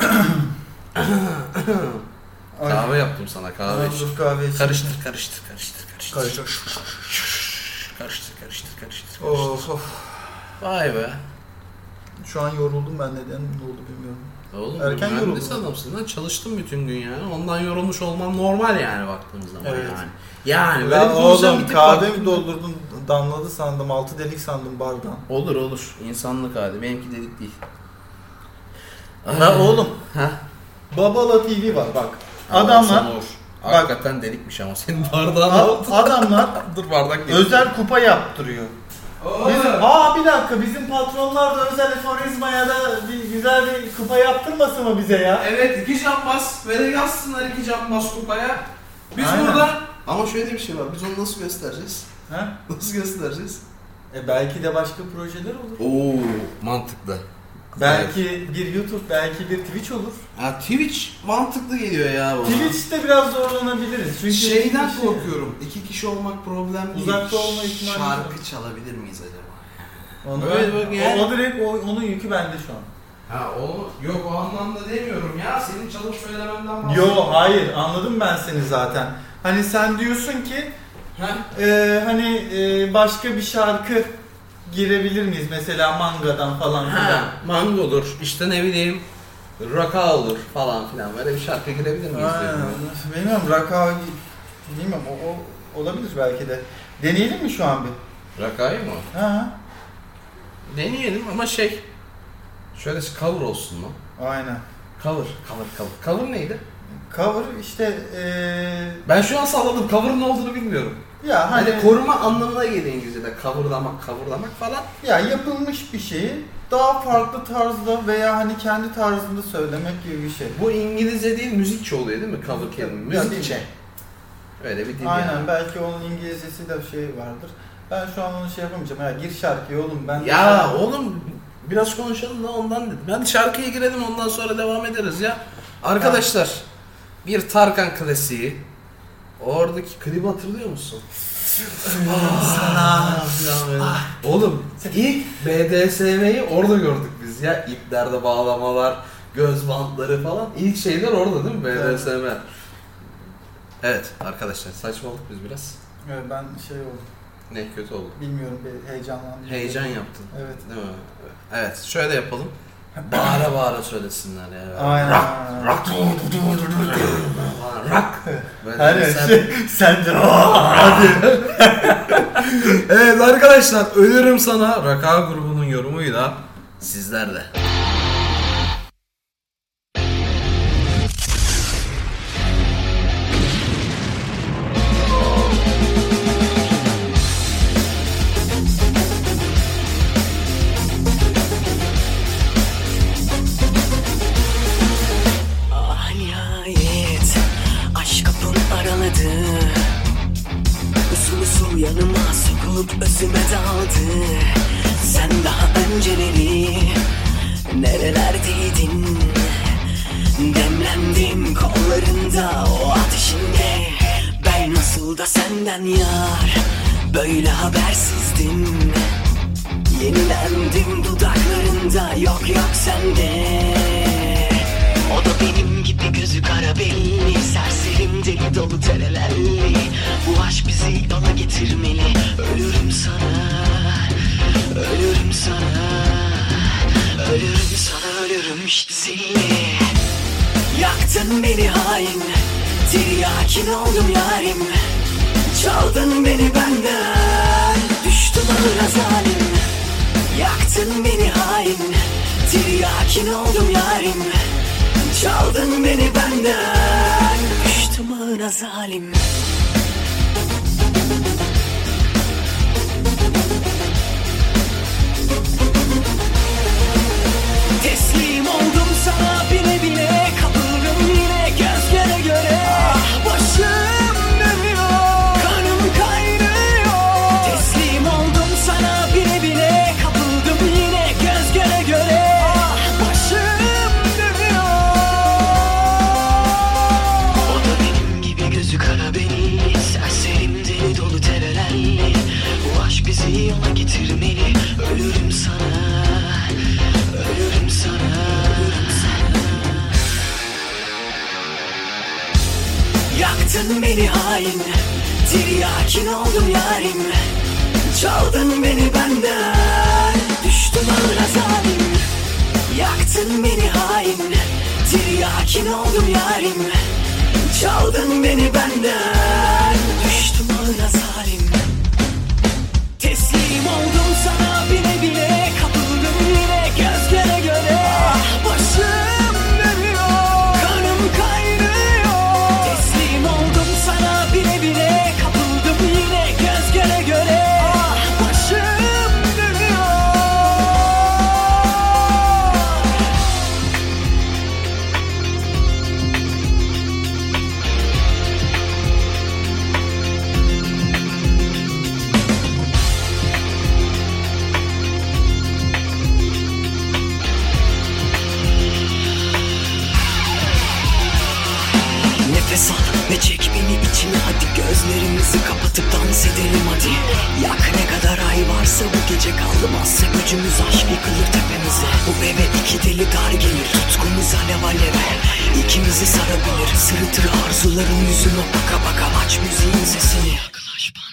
Kahve yaptım sana, kahve iç. Dur kahve iç. Karıştır, karıştır, karıştır, karıştır. Karıştır. Karıştır, karıştır, karıştır. Of of. Vay be. Şu an yoruldum ben, neden ne oldu bilmiyorum. Oğlum Erken mühendis yoruldum. adamsın lan, çalıştım bütün gün yani. Ondan yorulmuş olman normal yani baktığımız zaman Evet. yani. Yani böyle Ya bir konuşan oğlum bir tip kahve var. mi doldurdun, damladı sandım, altı delik sandım bardağın. Olur olur, insanlık hali, benimki dedik değil. Ha oğlum, Ha? Babala T V var bak. Allah Adamlar, sana uğur. Hakikaten delikmiş ama senin bardağın a- oldu. adamlar Dur bardak getir. özel kupa yaptırıyor. Bizim, aa bir dakika, bizim patronlar da özel eforizmaya da bir güzel bir kupa yaptırmasın mı bize ya? Evet, iki cambaz ve de yazsınlar iki cambaz kupaya. Biz Aynen. burada... Ama şöyle bir şey var, biz onu nasıl göstereceğiz? Ha? Nasıl göstereceğiz? E belki de başka projeler olur. Oo, mantıklı. Belki bir YouTube, belki bir Twitch olur. Ha, Twitch mantıklı geliyor ya bana. Twitch'te biraz zorlanabiliriz. Çünkü Şeyden iki kişi- korkuyorum. İki kişi olmak problem değil. Uzakta olma ihtimali Şarkı var. çalabilir miyiz acaba? Onu Öyle ben- bak yani. o, o direkt o, onun yükü bende şu an. Ha o yok o anlamda demiyorum ya. Senin çalıp söylemenden bahsediyorum. Yo hayır, anladım ben seni zaten. Hani sen diyorsun ki Ha? e, hani e, başka bir şarkı girebilir miyiz? Mesela Manga'dan falan filan. Ha, Mango'dur. İşte ne bileyim Raka olur falan filan. Böyle bir şarkı girebilir miyiz? Aynen. diyorum. Bilmiyorum, Raka bilmiyorum, o, o olabilir belki de. Deneyelim mi şu an bir? Raka'yı mı? Ha. Deneyelim ama şey şöyle cover olsun mu? Aynen. Cover, cover, cover. Cover neydi? Cover işte e, Ben şu an salladım. Cover'ın ne olduğunu bilmiyorum. Ya hani, Hani koruma anlamına geliyor İngilizce'de. Coverlamak, coverlamak falan. ya yapılmış bir şeyi daha farklı tarzda veya hani kendi tarzında söylemek gibi bir şey. Bu İngilizce değil, müzikçe oluyor değil mi cover kelime? Ya, Müzikçe. değil. Öyle bir dil Aynen, yani. belki onun İngilizcesi de şey vardır. Ben şu an onu şey yapamayacağım. Ya gir şarkıya oğlum ben. Ya de... oğlum biraz konuşalım da ondan dedim. Hadi şarkıya girelim, ondan sonra devam ederiz ya. Arkadaşlar ha. Bir Tarkan klasiği. Oradaki klibi hatırlıyor musun? Sana. Ah. Oğlum ilk B D S M'yi orada gördük biz ya. İplerde bağlamalar, göz bantları falan. İlk şeyler orada değil mi? B D S M. Evet, evet arkadaşlar, saçmaladık biz biraz. Evet, ben şey oldu. Ne kötü oldu. Bilmiyorum, bir heyecanlandım. Heyecan yaptın. Evet. Değil mi? Evet, şöyle yapalım. Bağıra bağıra söylesinler ya. Aynen. Rock, rock, rock. Böyle Her sen... şey sen de hadi. Evet arkadaşlar, Ölürüm Sana Raka grubunun yorumuyla sizlerle. Yanıma sokulup özüme daldı. Sen daha önceleri nerelerdeydin? Demlendim kollarında, o ateşinde. Ben nasıl da senden yar, böyle habersizdim. Yenilendim dudaklarında, yok yok sende. O da benim gibi gözü kara belli, serserim deli dolu terelelli. Bu aşk bizi yola getirmeli. Ölürüm sana, ölürüm sana, ölürüm sana, ölürüm işte zilli. Yaktın beni hain, tiryakin oldum yarim. Çaldın beni benden, düştüm ağıra zalim. Yaktın beni hain, tiryakin oldum yarim. Çaldın beni benden, düştüm ağına zalim. Teslim oldum sana bile bile, kapıldım yine göz göre göre. Ah, başım dönüyor, kanım kaynıyor. Teslim oldum sana bile bile, kapıldım yine göz göre göre. Ah, başım dönüyor. O da benim gibi gözü kara beni, serserim deli dolu terelelli. Bu aşk bizi yola getirmeli. Ölürüm sana, ölürüm sana, ölürüm sana. Yaktın beni hain, tiryakin oldum yarim. Çaldın beni benden, düştüm ağıra zalim. Yaktın beni hain, tiryakin oldum yarim. Çaldın beni benden, düştüm ağıra zalim. Teslim oldum sana bile bile, kapıldım yine göz göre göre. Ah, başım dönüyor, kanım kaynıyor. Teslim oldum sana bile bile, kapıldım yine göz göre göre. Ah, başım dönüyor. Nefes al ve çek beni içine, hadi gözlerimizi kapatıp dans edelim hadi. Yak ne kadar ay varsa bu gece kalmazsa, gücümüz aşk yıkılır tepemize. Bu eve iki deli dar gelir, tutkumuz alev aleve. İkimizi sarabilir, sırıtır arzuların yüzüne baka baka. Aç müziğin sesini, yaklaş bana.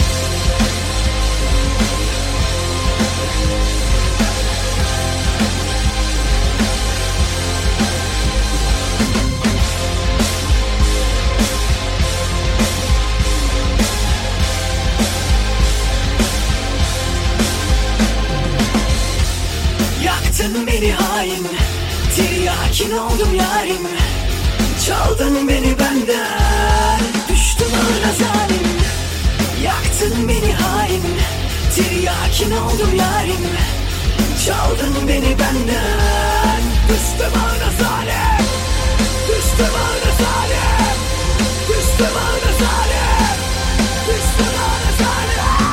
Yaktın beni hain, tiryakin oldum yarim. Çaldın beni benden, düştüm ağıra zalim. Yaktın beni hain, tiryakin oldum yarim. Çaldın beni benden, düştüm ağına zalim. Düştüm ağına zalim. Düştüm ağına zalim. Düştüm ağına zalim.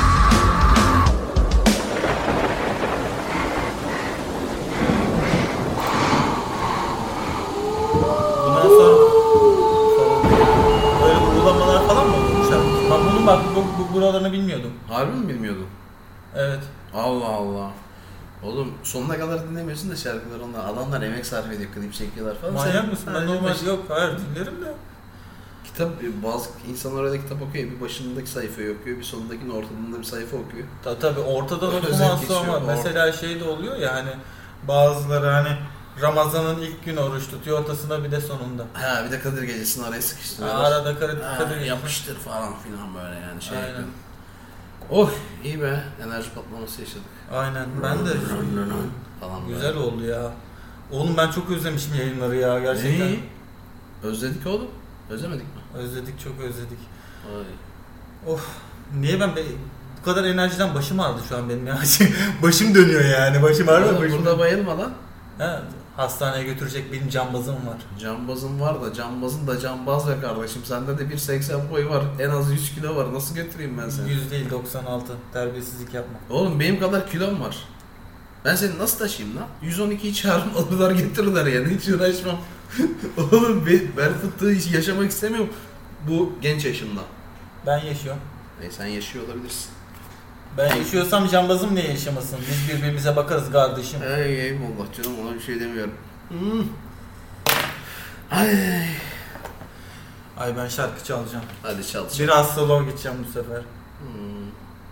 Bundan sonra böyle uygulamalar falan mı olmuş abi? Bak bunun bak bu, bu buralarını bilmiyordum. Harbi mi bilmiyordun? Evet. Allah Allah. Oğlum sonuna kadar dinlemiyorsun da şarkıları onlar. Adamlar emek sarf ediyor, klip çekiyorlar falan. Manyak Sen- mısın? Ha, Ben normal baş- yok. Hayır dinlerim de. Kitap, bazı insanlar öyle kitap okuyor. Bir başındaki sayfayı okuyor, bir sonundakinin ortalarında bir sayfa okuyor. Tabii tabii ortadan Özet okuması geçiyor, ama or- mesela şey de oluyor ya hani bazıları hani Ramazan'ın ilk günü oruç tutuyor ortasında bir de sonunda. Ha bir de Kadir Gecesi'ni araya Ha, sıkıştırıyorlar. arada kadir Ha, kadir yapıştır falan filan böyle yani şey Aynen. yapıyor. Oh iyi be, enerji patlaması yaşadık. Aynen ben de Falan böyle. güzel oldu ya. Oğlum ben çok özlemişim yayınları ya gerçekten. İyi. Özledik oğlum. Özlemedik mi? Özledik çok özledik. Ay. Of niye ben be, bu kadar enerjiden başım ağrıdı şu an benim ya. Başım dönüyor yani başım ağrıyor. Oğlum, Başım burada bayılma lan. Ha, hastaneye götürecek benim cambazım var. Cambazın var da cambazın da cambaz be kardeşim. Sende de bir seksen boy var. En az yüz kilo var. Nasıl götüreyim ben seni? yüz değil doksan altı. Terbiyesizlik yapma. Oğlum benim kadar kilom var. Ben seni nasıl taşıyayım lan? yüz on ikiyi çağırın alırlar getirirler yani. Hiç uğraşmam. Oğlum ben, ben fıttığı hiç yaşamak istemiyorum. Bu genç yaşımda. Ben yaşıyorum. E sen yaşıyor olabilirsin. Ben yaşıyorsam cambazım niye yaşamasın? Biz birbirimize bakarız kardeşim. Ey eyvallah canım, ona bir şey demiyorum. Hmm. Ay. Ay ben şarkı çalacağım. Hadi çal. çal. Biraz solo gideceğim bu sefer. Hmm.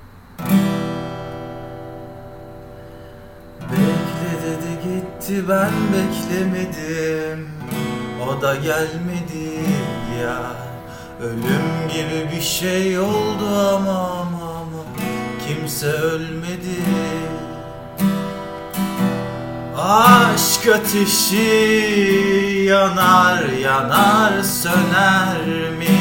Bekle dedi gitti ben beklemedim. O da gelmedi ya. Ölüm gibi bir şey oldu ama ama ama kimse ölmedi. Aşk ateşi yanar yanar söner mi?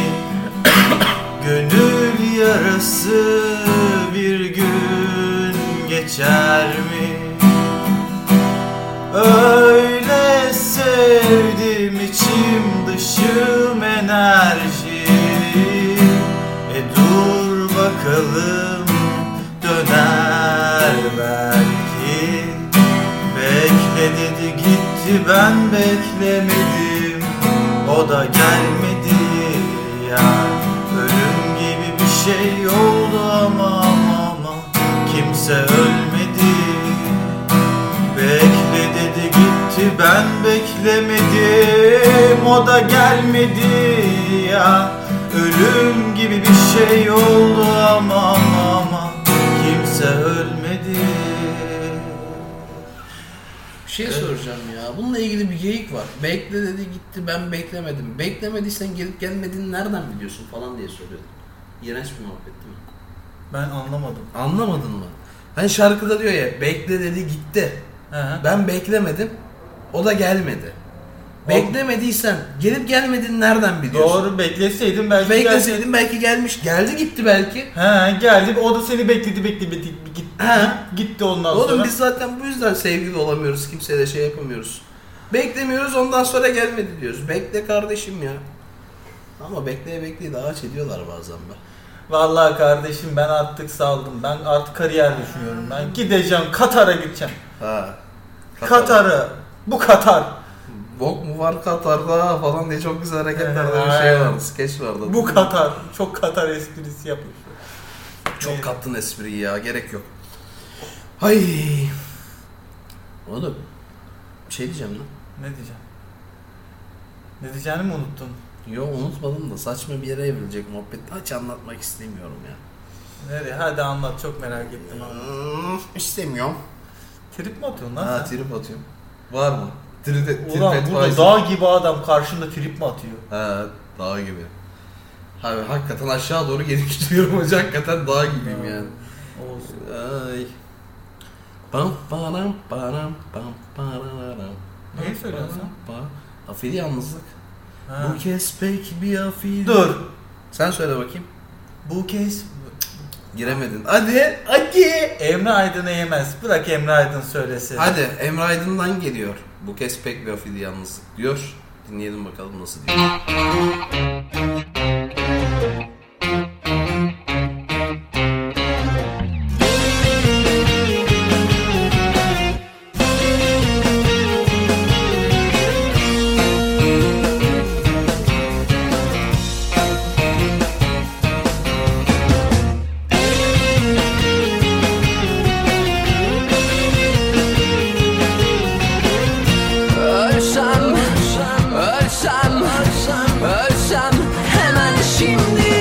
Gönül yarası bir gün geçer mi? Öyle sevdim içim dışım enerji. E dur bakalım döner belki. Bekle dedi gitti ben beklemedim. O da gelmedi ya. Ölüm gibi bir şey oldu ama ama ama kimse ölmedi. Bekle dedi gitti ben beklemedim. O da gelmedi ya. Ölüm gibi bir şey oldu ama ama ama kimse ölmedi. Bir şey soracağım ya. Bununla ilgili bir geyik var. Bekle dedi gitti ben beklemedim. Beklemediysen gelip gelmediğini nereden biliyorsun falan diye soruyordu. İğrenç bir muhabbet değil mi? Ben anlamadım. Anlamadın mı? Hani şarkıda diyor ya bekle dedi gitti. He he. Ben beklemedim. O da gelmedi. Beklemediysen gelip gelmediğini nereden biliyorsun? Doğru bekleseydim belki Bekleseydin belki gelmiş. Geldi gitti belki. He geldi o da seni bekledi bekledi bekledi gitti. He. Gitti ondan Oğlum sonra. biz zaten bu yüzden sevgili olamıyoruz. Kimseyle şey yapamıyoruz. Beklemiyoruz ondan sonra gelmedi diyoruz. Bekle kardeşim ya. Ama bekleye bekleye de ağaç ediyorlar bazen be. Vallahi kardeşim ben artık saldım. Ben artık kariyer düşünüyorum. Ben gideceğim Katar'a gideceğim. Ha. Katar'ı. Bu Katar. Bok mu var Katar'da falan diye çok güzel hareketlerde bir şey Aynen. vardı. Skeç vardı. Bu Katar. Çok Katar esprisi yapıyor. Çok kattın espriyi ya. Gerek yok. Hay. Oğlum. Bir şey diyeceğim lan. Ne diyeceğim? Ne diyeceğini mi unuttun? Yo unutmadım da saçma bir yere evrilecek muhabbet. Hiç anlatmak istemiyorum ya. Nereye? Hadi anlat. Çok merak ettim. Anlat. Hmm, istemiyorum. Trip mi atıyorsun lan Ha sen? trip atıyorum. Var mı? Trip, trip Ulan et burada dağ gibi adam karşında trip mi atıyor? Ha dağ gibi. Abi hakikaten aşağı doğru geliştiriyorum hocam. Hakikaten dağ gibiyim yani. Olsun. Ay. Pam param param pam pararam. Neyi söylüyorsun sen? Afili yalnızlık. Ha. Bu kez pek bir afili. Dur. Sen söyle bakayım. Bu kez Giremedin. Hadi, hadi. Emre Aydın'ı yemez. Bırak Emre Aydın söylesin. Hadi Emre Aydın'dan geliyor. Bu kez pek bir afiydi yalnız diyor. Dinleyelim bakalım nasıl diyor. Ölsem, ölsem, ölsem hemen şimdi.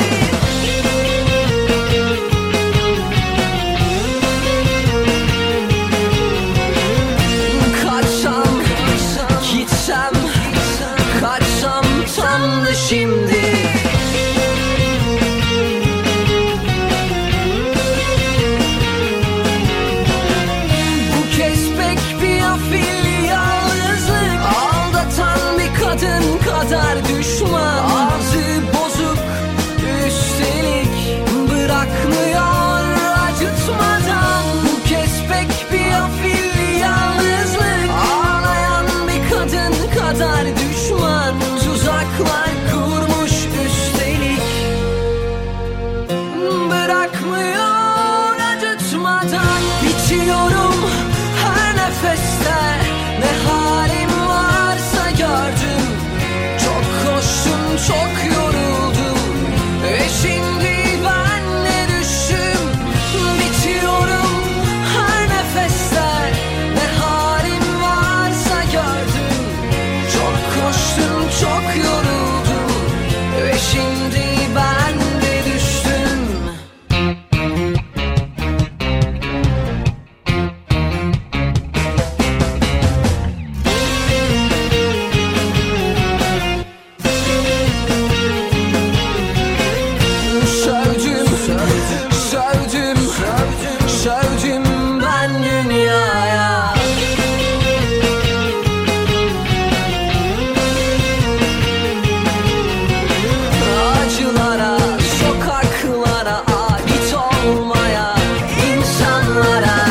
Kaçsam, gitsem, kaçsam tam da şimdi. Bu kez pek bir afilli yalnızlık, aldatan bir kadın kadar düşman. Ağzı bozuk üstelik, bırakmıyor acıtmadan. Bu kez pek bir afilli yalnızlık, ağlayan bir kadın kadar düşman. Tuzaklar kurmuş üstelik, bırakmıyor acıtmadan. Bitiyorum her nefeste, ne halim varsa gördüm. Çok koştum, çok yoruldum ve şimdi ben ne düştüm. Bitiyorum her nefeste, ne halim varsa gördüm. Çok koştum, çok yoruldum ve şimdi ben de düştüm. Sövdüm, sövdüm, sövdüm ben dünyaya. Acılara, sokaklara, ait olmaya, insanlara.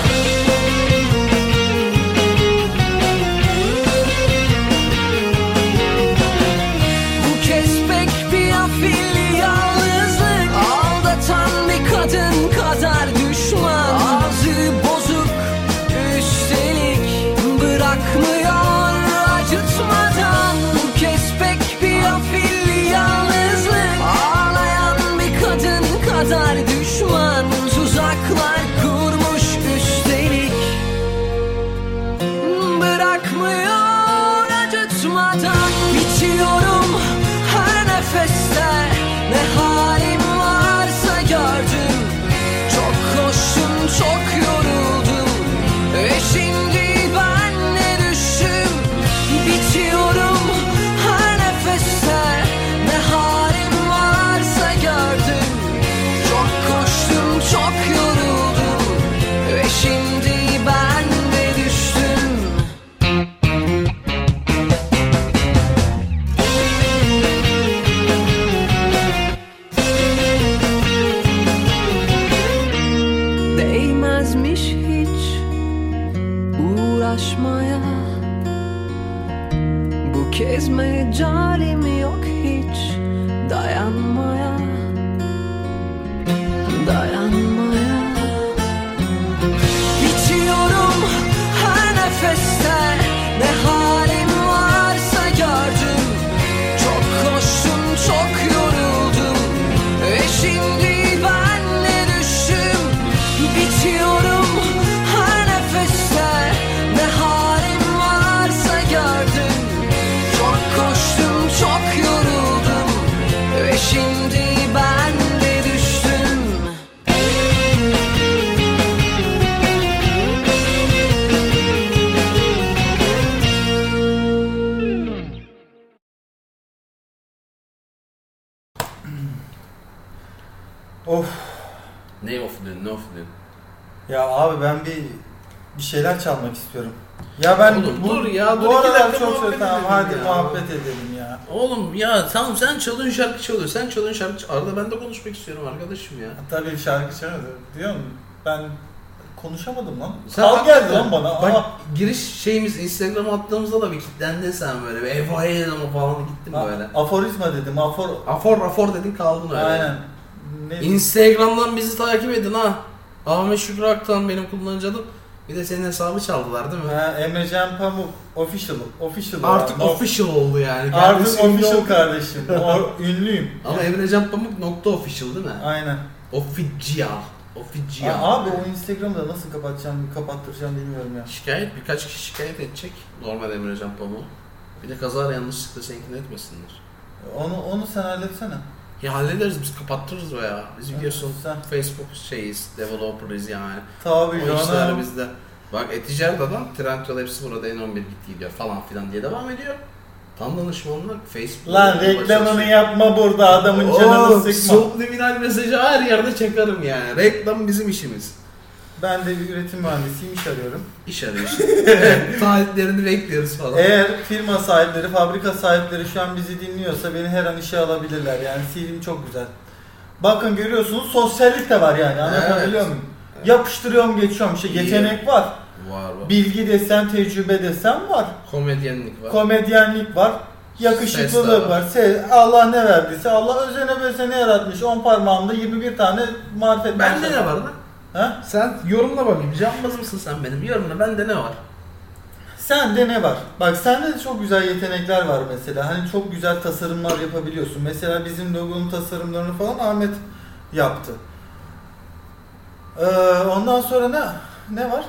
Bu kez pek bir afilli yalnızlık, aldatan bir kadın kadar düşman. Ağzı bozuk üstelik, bırakmıyor acıtmadan. Bu kez pek bir afilli yalnızlık, ağlayan bir kadın kadar düşman. Tuzaklar kurmuş üstelik, bırakmıyor acıtmadan. Bitiyorum her nefeste, ne halim varsa gördüm. Çok koştum, çok yoruldum ve şimdi ben ne düştüm. Bitiyorum her nefeste, ne halim varsa gördüm. Çok koştum, çok yoruldum ve şimdi ben de düştüm. Değmezmiş hiç uğraşmaya, bu kez mecalim yok hiç dayanmaya, dayanmaya. Bitiyorum her nefeste, ne halim varsa gördüm. Çok koştum, çok yoruldum ve şimdi ben ne düştüm. Bitiyorum her nefeste, ne halim varsa gördüm. Çok koştum, çok yoruldum ve şimdi ben de düştüm. Of. Ne of diyorsun, ne of diyorsun? Ya abi ben bir bir şeyler çalmak istiyorum. Ya ben Oğlum bu, dur ya, dur bu iki aralar dakika çok muhabbet çok tamam edelim hadi ya. muhabbet edelim ya. Oğlum ya tamam, sen çalıyorsun şarkı çalıyor. Sen çalıyorsun şarkı çalıyor. Arada ben de konuşmak istiyorum arkadaşım ya. Tabii şarkı çalmadı diyorum ben konuşamadım lan. Sen Kal geldi hakikaten- lan bana. Bak Aa. giriş şeyimiz Instagram'a attığımızda da bir kilitlendin sen böyle. Bir evvahiyel ama falan gittin Ha, böyle. aforizma dedim afor. Afor afor dedin kaldın öyle. Aynen. Ne? Instagram'dan bizi takip edin ha. Ahmet Şükrü Aktan benim kullanıcı adım. Bir de senin hesabı çaldılar değil mi? Ha, Emrecan Pamuk official official. Artık ya. official oldu yani. Artık Kendisi ünlü official oldu. kardeşim. O, ünlüyüm. Ama Emrecan Pamuk nokta official değil mi? Aynen. Official. Official. Aa, abi o Instagram'da nasıl kapatacağım, kapattıracağım bilmiyorum ya. Şikayet, birkaç kişi şikayet edecek. Normal Emrecan Pamuk. Bir de kazara yanlışlıkla seninkini etmesinler. Onu onu sen halletsene. Ya hallederiz, biz kapattırırız o ya. Biz biliyorsun Sen. Facebook şeyiz, developer'ız yani. Tabii O işler canım. bizde. Bak e-ticaret adam Trendyol hepsi burada en on bir gitti gidiyor falan filan diye devam ediyor. Tam danışmanlar Facebook. Lan reklamını yapma burada adamın canını sıkma. Subliminal mesajı her yerde çakarım yani. Reklam bizim işimiz. Ben de bir üretim mühendisiyim, iş arıyorum. İş arıyorsun. Evet, taahhütlerini bekliyoruz falan. Eğer firma sahipleri, fabrika sahipleri şu an bizi dinliyorsa beni her an işe alabilirler. Yani C V'm çok güzel. Bakın görüyorsunuz sosyallik de var yani. Anlatabiliyor Evet. muyum? Yapıştırıyorum geçiyorum. İşte İyi. yetenek var. Var var. Bilgi desen, tecrübe desen var. Komedyenlik var. Komedyenlik var. Ses de Yakışıklılık var. var. Se- Allah ne verdiyse Allah özene bezene yaratmış. on parmağımda yirmi bir tane marifet. Bende ne var lan? Ha? Sen yorumla bakayım. Cambaz mısın sen benim? Yorumla, bende ne var? Sende ne var? Bak sende de çok güzel yetenekler var mesela. Hani çok güzel tasarımlar yapabiliyorsun. Mesela bizim logonun tasarımlarını falan Ahmet yaptı. Ee, ondan sonra ne ne var?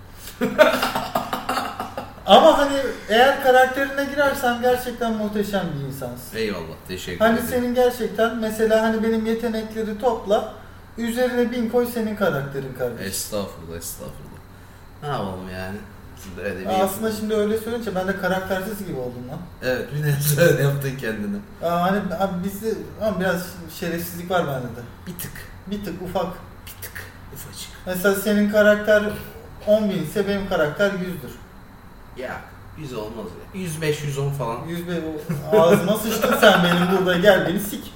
Ama hani eğer karakterine girersen gerçekten muhteşem bir insansın. Eyvallah, teşekkür Hani ederim. senin gerçekten mesela hani benim yetenekleri topla, üzerine bin koy senin karakterin kardeşim. Estağfurullah, estağfurullah. Ne yapalım yani? Şimdi öyle bir Aa, aslında şimdi öyle söyleyince ben de karaktersiz gibi oldum lan. Evet, bir nebze öyle yaptın kendini. Aa, hani abi bizde ama biraz şerefsizlik var bende de. Bir tık, Bir tık ufak. bir tık, ufacık. Mesela senin karakter on bin ise benim karakter yüzdür. Ya, yüz olmaz ya. yüz beş yüz on falan. yüz be ağzıma sıçtın sen benim burada gel beni sik.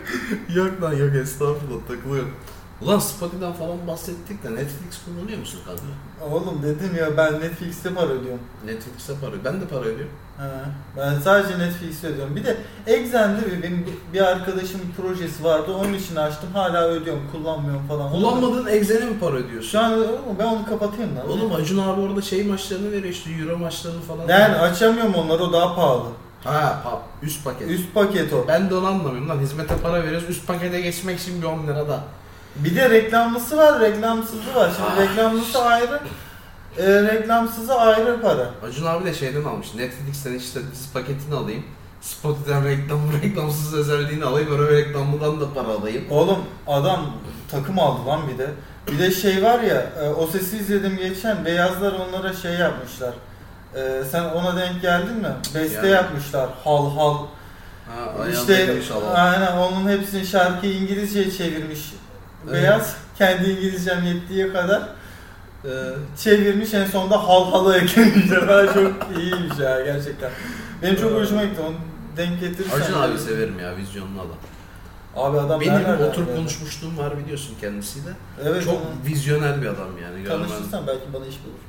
Yok lan yok, estağfurullah, takılıyorum. Ulan Spotify'dan falan bahsettik de Netflix kullanıyor musun kanka? Oğlum dedim ya ben Netflix'te para ödüyorum. Netflix'e para ödüyor. Ben de para ödüyorum. Ha, ben sadece Netflix'te ödüyorum. Bir de Exxen'de bir benim bir arkadaşımın projesi vardı. Onun için açtım. Hala ödüyorum. Kullanmıyorum falan. Kullanmadığın Exen'e mi para ödüyorsun? Şu an oğlum ben onu kapatayım lan. Oğlum Acun abi orada şey maçlarını veriyor işte, Euro maçlarını falan. Yani açamıyorum onları, o daha pahalı. Ha, pa üst paket. Üst paket o. Ben de onu anlamıyorum lan, hizmete para veriyoruz, üst pakete geçmek için bir on lira da. Bir de reklamlısı var, reklamsızı var. Şimdi Ah. reklamlısı ayrı, e, reklamsızı ayrı para. Acun abi de şeyden almış, Netflix'ten işte dizi paketini alayım. Spotify'dan reklam, reklamsız özelliğini alayım, öyle reklamlıdan da para alayım. Oğlum adam takım aldı lan bir de. Bir de şey var ya, e, o sesi izledim geçen, beyazlar onlara şey yapmışlar. E, sen ona denk geldin mi? Beste Yani. yapmışlar, hal hal. Ha, İşte inşallah. aynen onun hepsini şarkıyı İngilizceye çevirmiş. Evet. Beyaz kendi İngilizcem yettiği kadar Ee, çevirmiş, en sonunda hal halı eklemişler. Ben çok iyiymiş ya gerçekten. Benim çok hoşuma gitti, onu denk getirirsen. Acun abi severim ya, vizyonlu adam. Abi adam Benim nereden oturup nereden? konuşmuşluğum var biliyorsun kendisiyle. Evet, Çok onun- vizyoner bir adam yani. görmen- Tanışırsan belki bana iş bulur.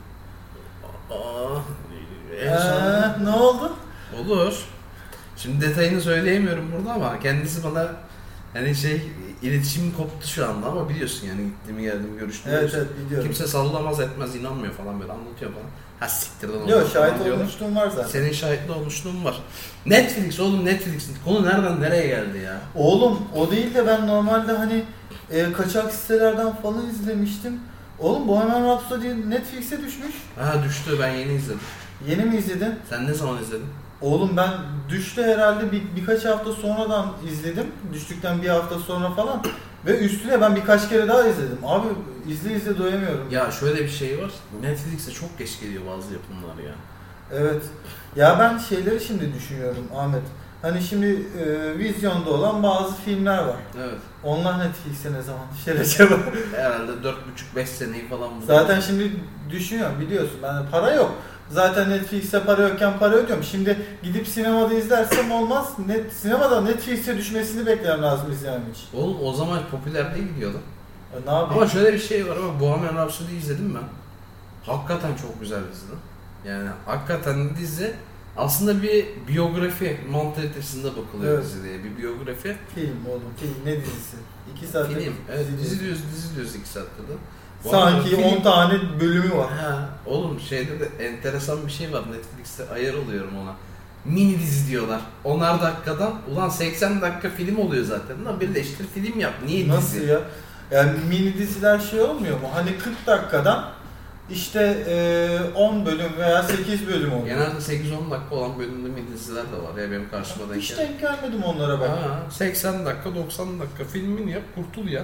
Aa, en son... Ee, ne oldu? Olur. Şimdi detayını söyleyemiyorum burada ama kendisi bana hani şey, iletişim koptu şu anda ama biliyorsun yani, gittiğimi geldim görüştüm. Evet evet biliyorum. Kimse sallamaz etmez, inanmıyor falan, böyle anlatıyor falan. Ha siktirden oldu Yok, falan şahit diyorlar. olmuşluğum var zaten. Senin şahitli olmuşluğun var. Netflix oğlum, Netflix. Konu nereden nereye geldi ya? Oğlum o değil de ben normalde hani e, kaçak sitelerden falan izlemiştim. Oğlum Bohemian Rhapsody Netflix'e düşmüş. Ha, düştü, ben yeni izledim. Yeni mi izledin? Sen ne zaman izledin? Oğlum ben düştü herhalde bir, birkaç hafta sonradan izledim. Düştükten bir hafta sonra falan. Ve üstüne ben birkaç kere daha izledim. Abi izle izle doyamıyorum. Ya şöyle bir şey var. Netflix'e çok geç geliyor bazı yapımlar ya. Evet. Ya ben şeyleri şimdi düşünüyorum Ahmet. Hani şimdi e, vizyonda olan bazı filmler var. Evet. Onlar Netflix'e ne zaman düşer acaba? Herhalde dört buçuk beş seneyi falan bu. Zaten şimdi düşünüyorum, biliyorsun. Yani para yok. Zaten Netflix'e para yokken para ödüyorum. Şimdi gidip sinemada izlersem olmaz. Net, sinemada Netflix'e düşmesini beklemem lazım izlemem için. Oğlum o zaman popüler değil gidiyordu. E, ne yapayım? Ama şöyle bir şey var ama Bohemian Rhapsody'yi izledim ben. Hakikaten çok güzel bir dizi. Yani hakikaten dizi aslında bir biyografi mantalitesinde bakılıyor Evet. dizi diye. Bir biyografi. Film oğlum, film. Ne dizisi? iki saatte Film. Evet, dizi. dizi diyoruz, dizi diyoruz iki saatte de. Bu Sanki arada on film- tane bölümü var. Ha, oğlum şeyde de enteresan bir şey var, Netflix'te ayar oluyorum ona. Mini dizi diyorlar. onar dakikadan. Ulan seksen dakika film oluyor zaten. Lan birleştir film yap. Niye dizi? Nasıl ya? Yani mini diziler şey olmuyor mu? Hani kırk dakikadan işte e, on bölüm veya sekiz bölüm oluyor. Genelde sekiz on dakika olan bölümde mini diziler de var ya benim karşıma denk Hiç gelen. denk gelmedim onlara bak. Ha, seksen dakika doksan dakika filmini yap kurtul ya.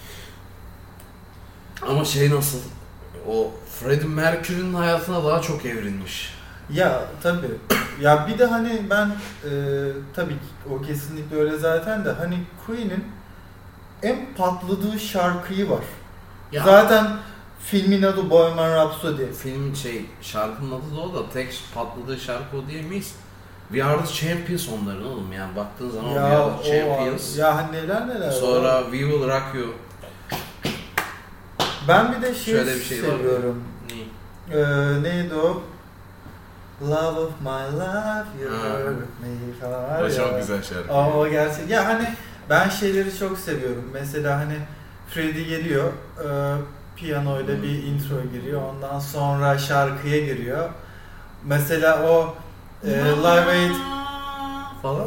Ama şey nasıl? O Freddie Mercury'nin hayatına daha çok evrilmiş. Ya tabii. Ya bir de hani ben e, tabii ki o kesinlikle öyle zaten de hani Queen'in en patladığı şarkıyı var. Ya. Zaten filmin adı Bohemian Rhapsody. Film şey, şarkının adı da o da tek patladığı şarkı o diyemeyiz. We Are The Champions onların oğlum yani baktığın zaman Ya We Are o The Champions. ya hani neler neler Sonra var. We Will Rock You. Ben bir de şey, Şöyle bir şey var. seviyorum. Ne? Ee, neydi o? Love of my life, you Ha. were with me falan var O ya. çok güzel şarkı. O, o gerçek. Ya hani ben şeyleri çok seviyorum. Mesela hani Freddie geliyor, e, piyanoyla Hmm. bir intro giriyor. Ondan sonra şarkıya giriyor. Mesela o e, Live Aid falan.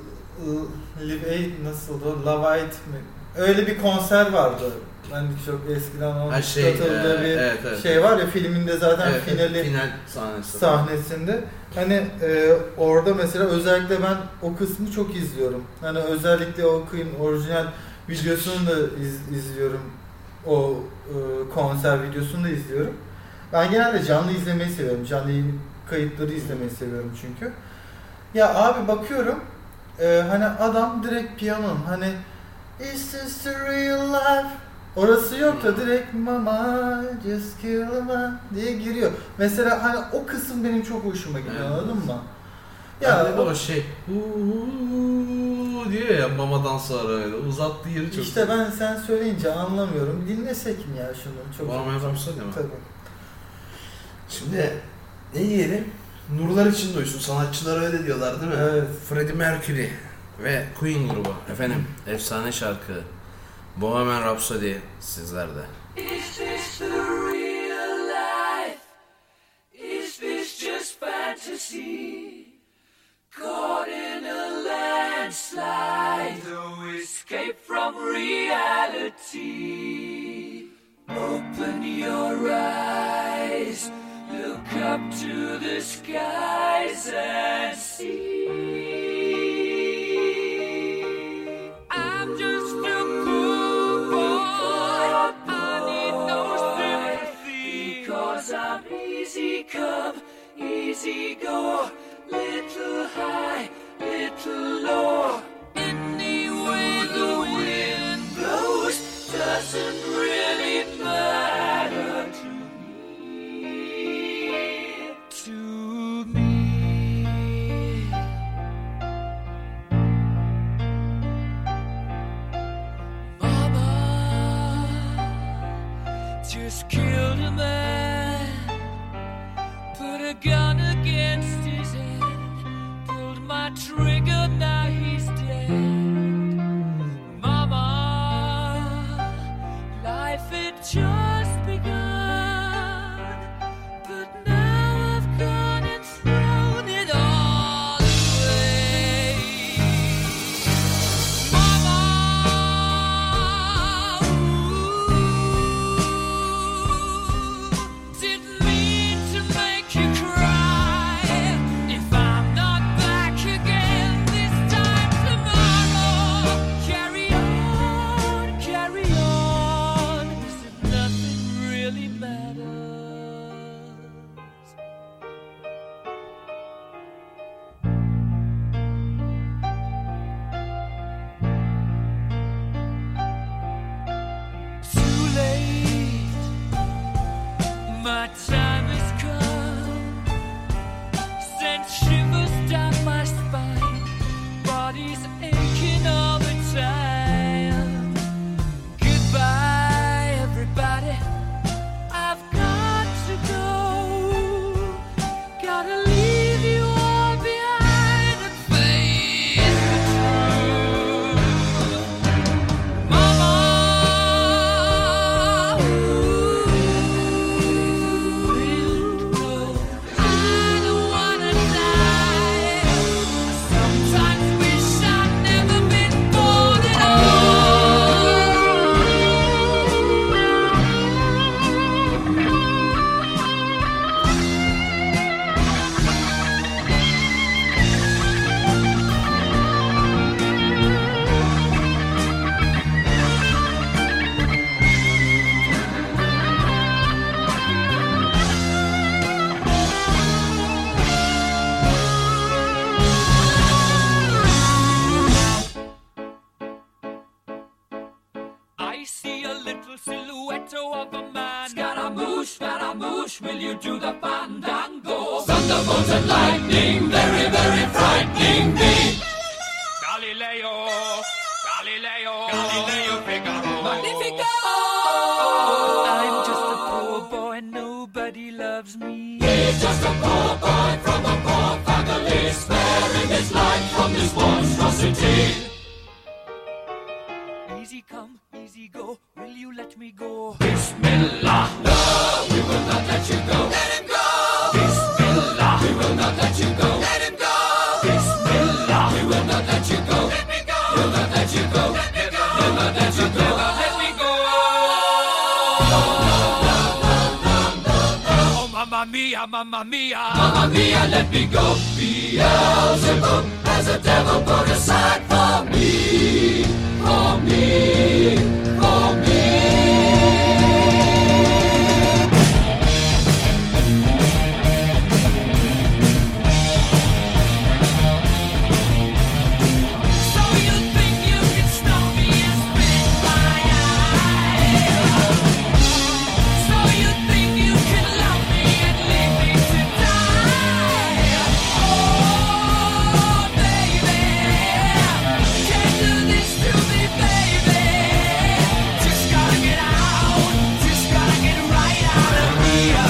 Live Aid nasıldı? Love Aid mi? Öyle bir konser vardı. Ben çok eskiden onun Ha, şey, katıldığı e, bir evet, evet. şey var ya filminde zaten Evet, finali final sahnesi. sahnesinde. Hani e, orada mesela özellikle ben o kısmı çok izliyorum. Hani özellikle o Queen orijinal videosunu da iz, izliyorum. O e, konser videosunu da izliyorum. Ben genelde canlı izlemeyi seviyorum. Canlı kayıtları izlemeyi seviyorum çünkü. Ya abi bakıyorum e, hani adam direkt piyanon hani Is this the real life? Orası yok da direkt Mama just kill a man diye giriyor. Mesela hani o kısım benim çok hoşuma gidiyor, Evet. anladın mı? Ya Ya o, o şey "Huuu" diyor ya mamadan sonra öyle uzattığı yeri çok. işte ben sen söyleyince anlamıyorum. Dinlesek mi ya şunu? Çok Bohemian Rhapsody mi? Tabii. Şimdi ne diyelim? Nurlar için duysun. Sanatçılar öyle diyorlar değil mi? Evet. Freddie Mercury ve Queen grubu. Efendim efsane şarkı Bohemian Rhapsody sizlerde. Is this the real life? Is this just fantasy? Caught in a landslide, no escape from reality. Open your eyes, look up to the skies and see. I'm just a poor boy, I need no sympathy, because I'm easy come, easy go, little high, little low. Any way the wind blows doesn't really matter to me, to me. Mama just killed a man, put a gun against his head, pulled my trigger, now he's dead. Mama, life had just begun, but now I've gone and thrown it all away. Mama, ooh, didn't mean to make you cry. If I'm not back again this you do the fandango. Thunderbolt and lightning, very, very frightening me. Galileo, Galileo, Galileo Figaro. Magnifico! I'm just a poor boy, nobody loves me. He's just a poor boy from a poor family, sparing his life from this monstrosity. Easy come, easy go, will you let me go? Bismillah, no, we will not let you go. Let him go! Bismillah, we will not let you go. Let him go! Bismillah, we will not let you go. Let me go! We'll not let you go. Let me go! We'll not let you go. Let me go! Oh, mamma mia, mamma mia, mamma mia, let me go. Beelzebub has a devil put aside for me, for me, for me. So you think you can stop me and spit my eye? So you think you can love me and leave me to die? Oh, baby, can't do this to me, baby. Just gotta get out, just gotta get right out of here.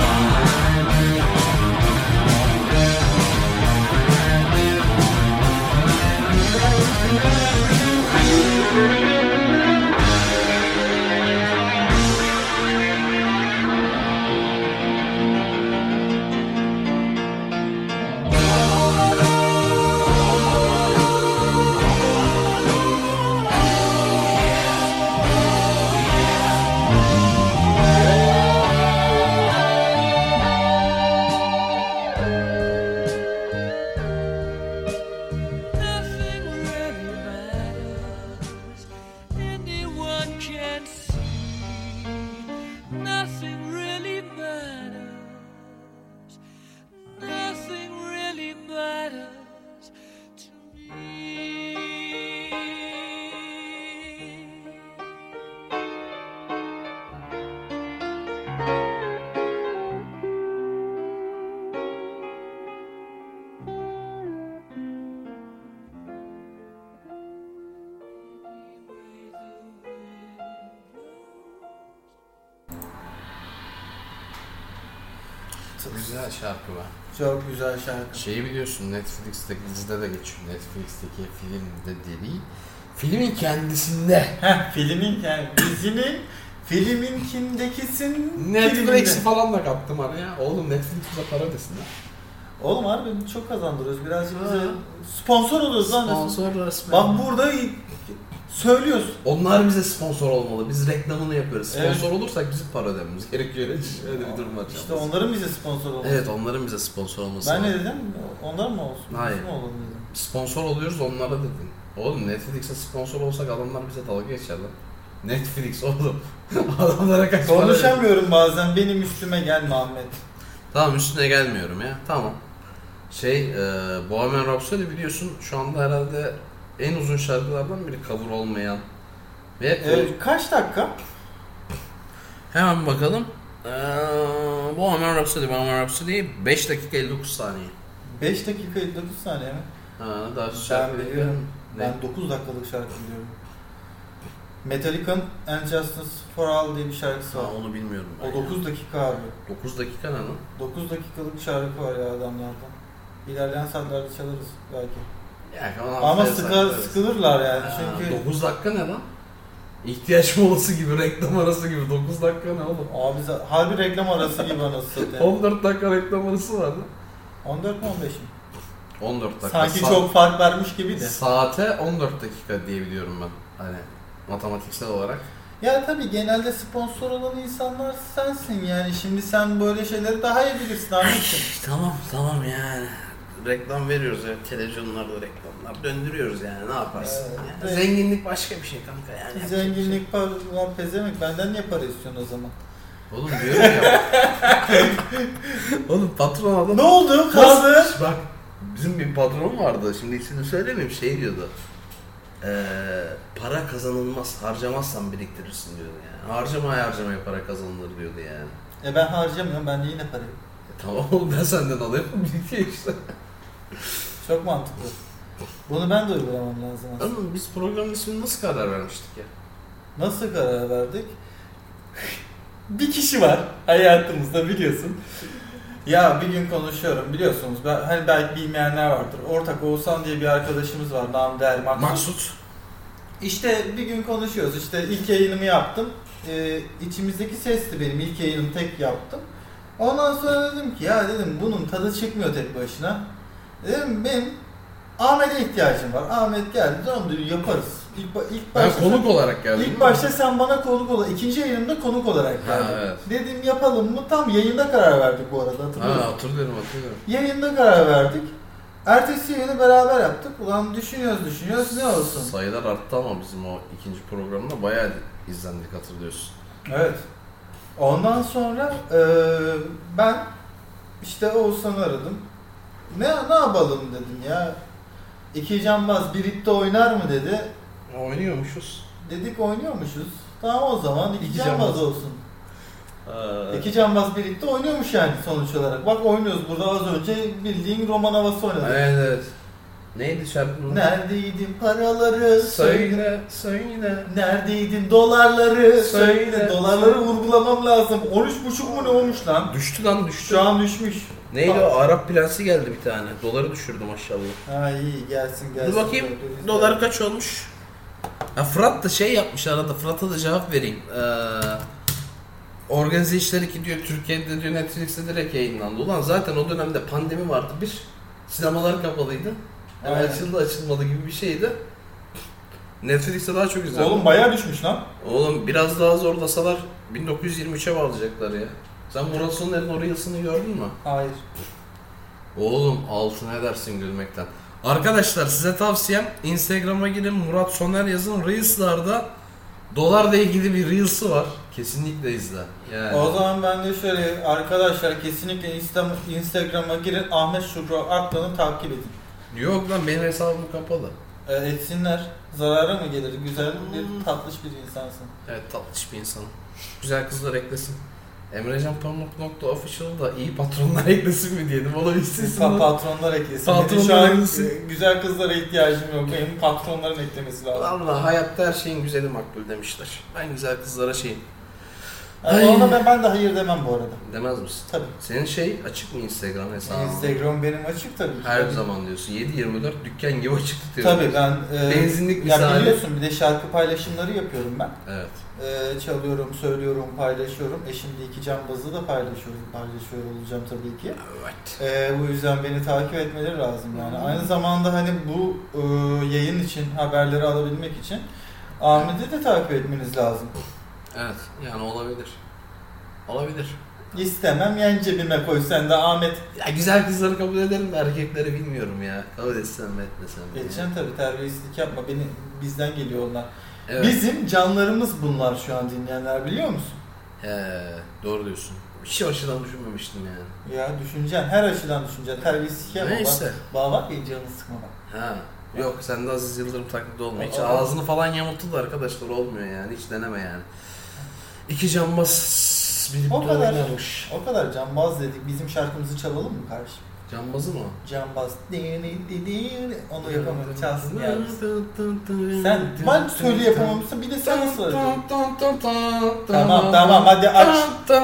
Nothing really matters. Anyone can see. Nothing really matters. Nothing really matters to me. Güzel şarkı var. Çok güzel şarkı. Şeyi biliyorsun, Netflix'teki dizide de geçiyor. Netflix'teki filmde değil. Filmin kendisinde. Heh, filmin yani dizinin filminkindekisin Netflix'i filminde. falan da kattım araya. Oğlum Netflix bize para desin lan. Oğlum harbi çok kazandırıyoruz. Birazcık bize sponsor oluyoruz lan. Sponsor resmen. Bak burada söylüyoruz. Onlar bize sponsor olmalı. Biz reklamını yapıyoruz. Sponsor Evet. olursak bizim para ödememiz gerekiyor. Öyle bir durum var. İşte onların bize sponsor olması. Evet, onların bize sponsor olması. Ben ne lazım. dedim? Onlar mı olsun? Hayır. Biz mi olalım dedim. Sponsor oluyoruz onlara dedin. Oğlum Netflix'e sponsor olsak adamlar bize dalga geçer lan. Netflix oğlum. Adamlara kaç para veriyor? Konuşamıyorum bazen. Benim üstüme gelme Ahmet. Tamam, üstüne gelmiyorum ya. Tamam. Şey, e, Bohemian Rhapsody biliyorsun şu anda herhalde en uzun şarkılardan biri, cover olmayan. Ve Ee, kaç dakika? hemen bakalım. Ee, Bohemian Rhapsody, Bohemian Rhapsody beş dakika elli dokuz saniye. beş dakika elli dokuz saniye mi? Ha, daha Ben şarkı biliyorum. Ne? Ben dokuz dakikalık şarkı biliyorum. Metallica'nın And Justice for All diye bir şarkısı Ha, var. onu bilmiyorum ben. O dokuz dakika abi. dokuz dakika ne lan? dokuz dakikalık şarkı var ya adamlardan. İlerleyen saatlerde çalarız belki. Ya, Ama sıkar, sıkılırlar yani Ha, çünkü dokuz dakika ne lan? İhtiyaç molası gibi, reklam arası gibi. dokuz dakika ne oğlum? abi za- harbi reklam arası gibi anasını satayım. on dört dakika reklam arası vardı. on dört mi on beş mi? on dört dakika. Sanki Sa- çok fark vermiş gibi de. Saate on dört dakika diye biliyorum ben. Hani matematiksel olarak. Ya tabii genelde sponsor olan insanlar sensin yani. Şimdi sen böyle şeyleri daha iyi bilirsin Ahmetciğim. Tamam tamam yani. Reklam veriyoruz ya, televizyonlarda reklamlar döndürüyoruz yani, ne yaparsın? Evet. Yani zenginlik başka bir şey kanka yani. yapacak bir Zenginlik para pezemek. Benden niye para istiyorsun o zaman? şey. Oğlum diyorum ya. Oğlum patron adam. Ne oldu? Kaldı. Bak bizim bir patron vardı, şimdi ismini söylemeyeyim, şey diyordu. Ee, para kazanılmaz, harcamazsan biriktirirsin diyordu yani. Harcamaya harcamaya para kazanılır diyordu yani. E ben harcamıyorum, ben de yine para yok. E tamam oğlum, ben senden alayım. Birlikte işte. Çok mantıklı. Bunu ben de uygulamam lazım aslında. Ama biz programın ismini nasıl karar vermiştik ya? Nasıl karar verdik? Bir kişi var hayatımızda, biliyorsun. Ya bir gün konuşuyorum, biliyorsunuz. Ben, hani belki bilmeyenler vardır. Ortak Oğuzhan diye bir arkadaşımız var. Namı değer Maksut. Maksut. İşte bir gün konuşuyoruz. İşte ilk yayınımı yaptım. Ee, içimizdeki sesti benim. İlk yayınımı tek yaptım. Ondan sonra dedim ki ya dedim bunun tadı çıkmıyor tek başına. Dedim benim Ahmet'e ihtiyacım var. Ahmet geldi. Tamam dedi, yaparız. İlk, ba- ilk Ben başta konuk sen, olarak geldim. İlk başta sen bana konuk olarak, ikinci yayınımda konuk olarak geldin. Ha, evet. Dedim yapalım mı? Tam yayında karar verdik bu arada. Hatırlıyor musun? Ha, hatırlıyorum hatırlıyorum. Yayında karar verdik. Ertesi yayını beraber yaptık. Ulan düşünüyoruz düşünüyoruz ne olsun. Sayılar arttı ama bizim o ikinci programda bayağı izlendik, hatırlıyorsun. Evet. Ondan sonra eee ben işte Oğuzhan'ı aradım. Ne ne yapalım dedim ya. İki cambaz birlikte oynar mı dedi. Oynuyormuşuz. Dedik oynuyormuşuz. Tamam o zaman iki, İki cambaz, cambaz. olsun. Ee, İki cambaz birlikte oynuyormuş yani sonuç olarak. Bak oynuyoruz burada, az önce bildiğin roman havası oynadık. Evet evet. Neydi şarkının? Neredeydin paraları söyle. Söyle, söyle. Neredeydin dolarları söyle. Söyle. Dolarları vurgulamam lazım. on üç buçuk mu ne olmuş lan? Düştü lan düştü. Şu an düşmüş. Neydi o? Arap prensi geldi bir tane. Doları düşürdü maşallah. Ha iyi, gelsin gelsin. Dur bakayım Böyle dolar kaç olmuş? Ha, Fırat da şey yapmış arada, Fırat'a da cevap vereyim. Ee, organize işleri ki diyor Türkiye'de diyor Netflix'te direkt yayınlandı. Ulan zaten o dönemde pandemi vardı, bir sinemalar kapalıydı. Yani Aynen. açıldı açılmadı gibi bir şeydi. Netflix'te daha çok izledim. Oğlum bayağı düşmüş lan. Oğlum biraz daha zorlasalar bin dokuz yüz yirmi üçe bağlayacaklar ya. Sen Murat Soner'in o Reels'ını gördün mü? Hayır. Oğlum altına edersin gülmekten. Arkadaşlar size tavsiyem, Instagram'a girin, Murat Soner yazın, Reels'larda dolarla ilgili bir Reels'ı var. Kesinlikle izle. Yani. O zaman ben de şöyle arkadaşlar kesinlikle Insta- Instagram'a girin, Ahmet Şükrü Aklan'ı takip edin. Yok lan, benim hesabım kapalı. E, etsinler. Zarara mı gelir? Güzel bir tatlış bir insansın. Evet, tatlış bir insanım. Güzel kızlar eklesin. Emrecan Pamuk nokta official da iyi patronlar eklesin mi diyelim, ona istesin. Pa- patronlar eklesin. Benim Patronlar şu an eklesin. e, güzel kızlara ihtiyacım yok. Benim patronların eklemesi lazım. Vallahi hayatta her şeyin güzeli makbul demişler. Ben güzel kızlara şeyim. Yani ona ben, ben de hayır demem bu arada. Demez misin? Tabii. Senin şey açık mı Instagram hesabın? Instagram benim açık tabii ki. Her Tabii. zaman diyorsun. yedi yirmi dört dükkan gibi açık tutuyorum. Tabii ben e, Benzinlik ya misali. biliyorsun bir de şarkı paylaşımları yapıyorum ben. Evet. E, çalıyorum, söylüyorum, paylaşıyorum. E şimdi iki cambazı da paylaşıyorum, paylaşıyor olacağım tabii ki. Evet. E, bu yüzden beni takip etmeleri lazım yani. Aynı zamanda hani bu e, yayın için, haberleri alabilmek için Ahmet'i de takip etmeniz lazım. Evet. Yani olabilir. Olabilir. İstemem, yan cebime koy sen de Ahmet. Ya güzel kızları kabul ederim de erkekleri bilmiyorum ya. Kabul etsem mi etmesem mi? Geçen tabii terbiyesizlik yapma, beni bizden geliyor onlar. Evet. Bizim canlarımız bunlar şu an dinleyenler, biliyor musun? He, doğru diyorsun. Hiç o açıdan düşünmemiştim yani. Ya düşüneceksin, her açıdan düşüneceksin. Terbiyesizlik yapma. Neyse. Bağ bak ya, canını sıkma bak. Ha. Yok, sende Aziz Yıldırım taklidi olmuyor. Hiç O- o- ağzını falan yamulttu da arkadaşlar olmuyor yani. Hiç deneme yani. İki cambaz birlikte O kadar. oynamış. O kadar cambaz dedik. Bizim şarkımızı çalalım mı kardeşim? Cambazı mı? Cambaz. Onu yapamadım. Çalsın ya. Sen ben söyle yapamamışsın, bir de sen nasıl öğrendin? Tamam tamam hadi aç.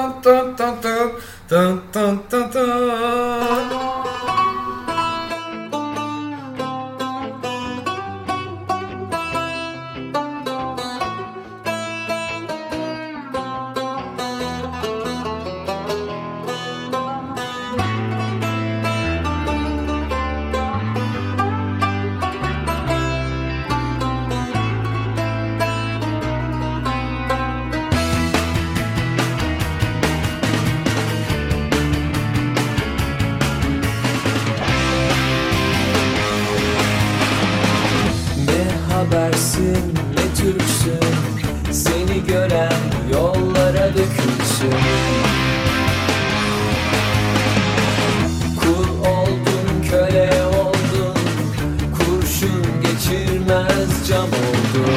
Ne habersin ne Türksün, seni gören yollara dökülsün. Kul oldun, köle oldun, kurşun geçirmez cam oldun.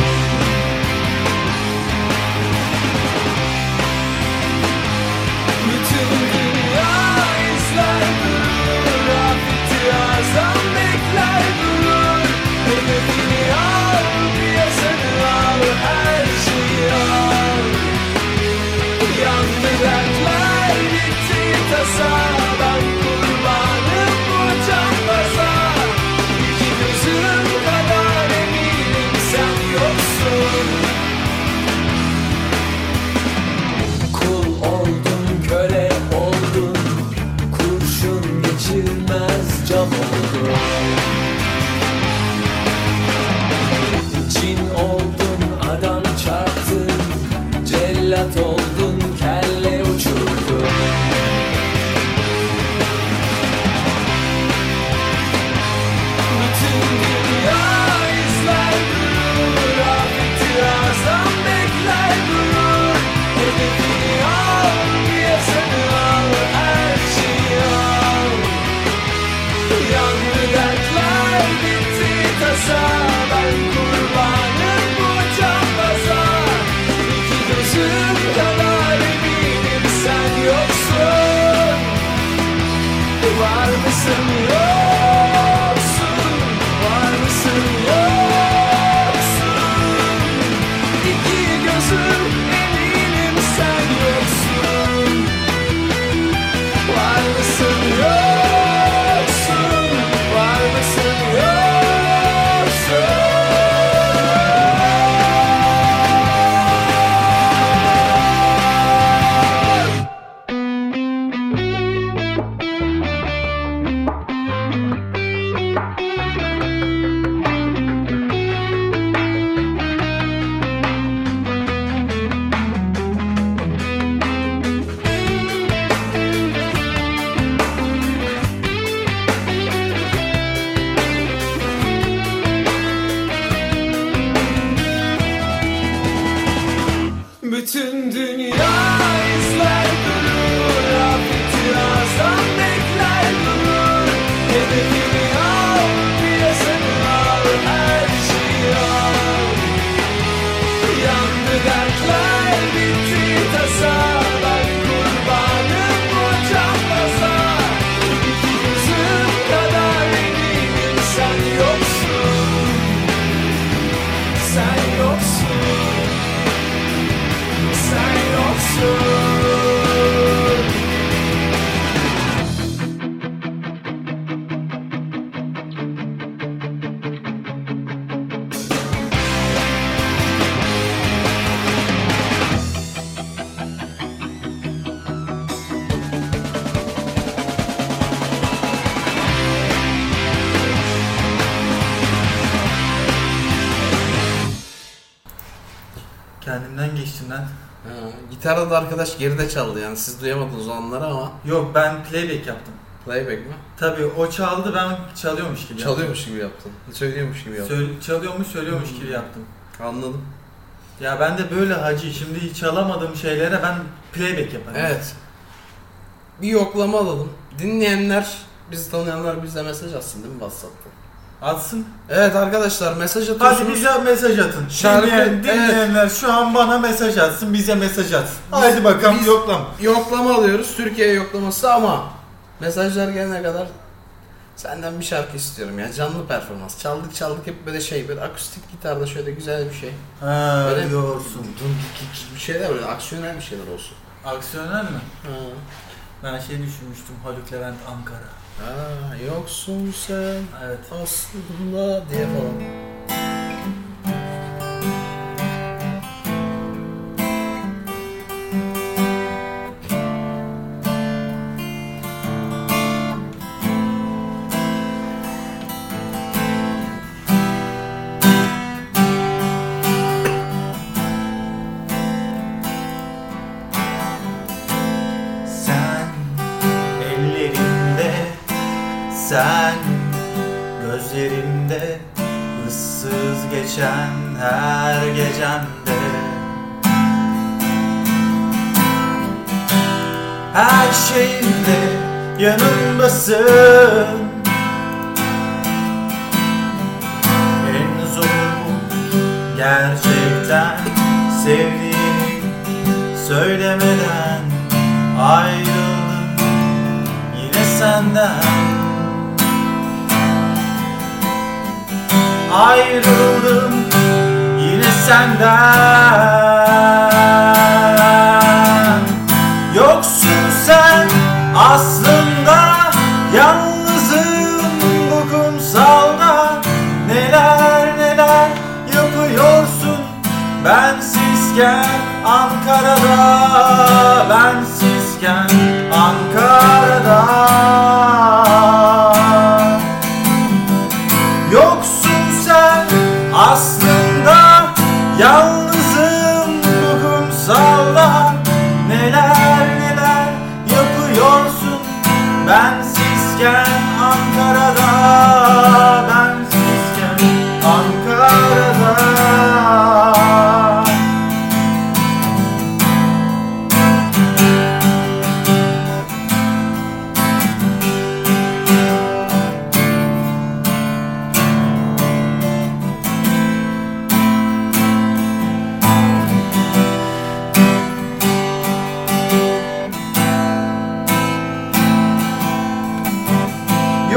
beyaz cam oldu. Cin oldun, adam çarptın, cellat oldun, kelle uçurdun. Bütün dünya izler durur, afeti azam bekler durur. Hedefini al, piyasını al, her şeyi al. Yandı dertler, bitti tasa, ben kurbanım bu cambaza. İki gözüm kadar eminim sen yoksun. Var mısın yoksun, var mısın yoksun. İki gözüm eminim sen yoksun. Var mısın yoksun, var mısın yoksun. Bütün dünya izler durur, afeti azam bekler durur. Hedefini al, piyasını al, her şeyi al. Yandı dertler, bitti tasa, ben kurbanım bu cambaza. İki gözüm kadar eminim sen yoksun. Sen yoksun. Sen yoksun. Kendimden geçtim lan. Ha, gitarda da arkadaş geride çaldı yani siz duyamadınız o anları ama. Yok, ben playback yaptım. Playback mi? Tabii o çaldı, ben çalıyormuş gibi Çalıyormuş gibi yaptın. Söylüyormuş gibi yaptım. yaptın. Söyle, çalıyormuş, söylüyormuş gibi yaptım. Anladım. Ya ben de böyle hacı, şimdi hiç çalamadığım şeylere ben playback yaparım. Evet. Bir yoklama alalım. Dinleyenler, bizi tanıyanlar bize mesaj atsın değil mi WhatsApp'ta? Atsın. Evet arkadaşlar mesaj atıyorsunuz. Hadi bize mesaj atın. Şarkı- Dinleyen, dinleyenler şu an bana mesaj atsın, bize mesaj atsın. Haydi bakalım, biz- yoklam. Yoklama alıyoruz. Türkiye yoklaması ama mesajlar gelene kadar senden bir şarkı istiyorum ya. Canlı performans. Çaldık çaldık hep böyle şey, böyle akustik gitarda şöyle güzel bir şey. Ha, Böyle diyorsun. bir şeyler böyle aksiyonel bir şeyler olsun. Aksiyonel mi? Ha. Ben şey düşünmüştüm, Haluk Levent Ankara. Ha, yoksun sen Evet. aslında diye falan. Sen ellerimde, sen gözlerimde, ıssız geçen her gecemde. Her şeyimde yanımdasın. En zor bu gerçekten, sevdiğini söylemeden ayrıldım yine senden. Ayrıldım yine senden. Yoksun sen aslında, yalnızım bu kumsalda. Neler neler yapıyorsun bensizken Ankara'da, bensizken Ankara'da.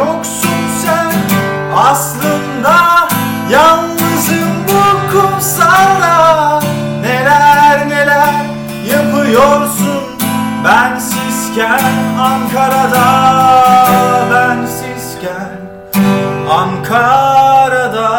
Yoksun sen aslında, yalnızım bu kumsalda. Neler neler yapıyorsun bensizken Ankara'da, bensizken Ankara'da.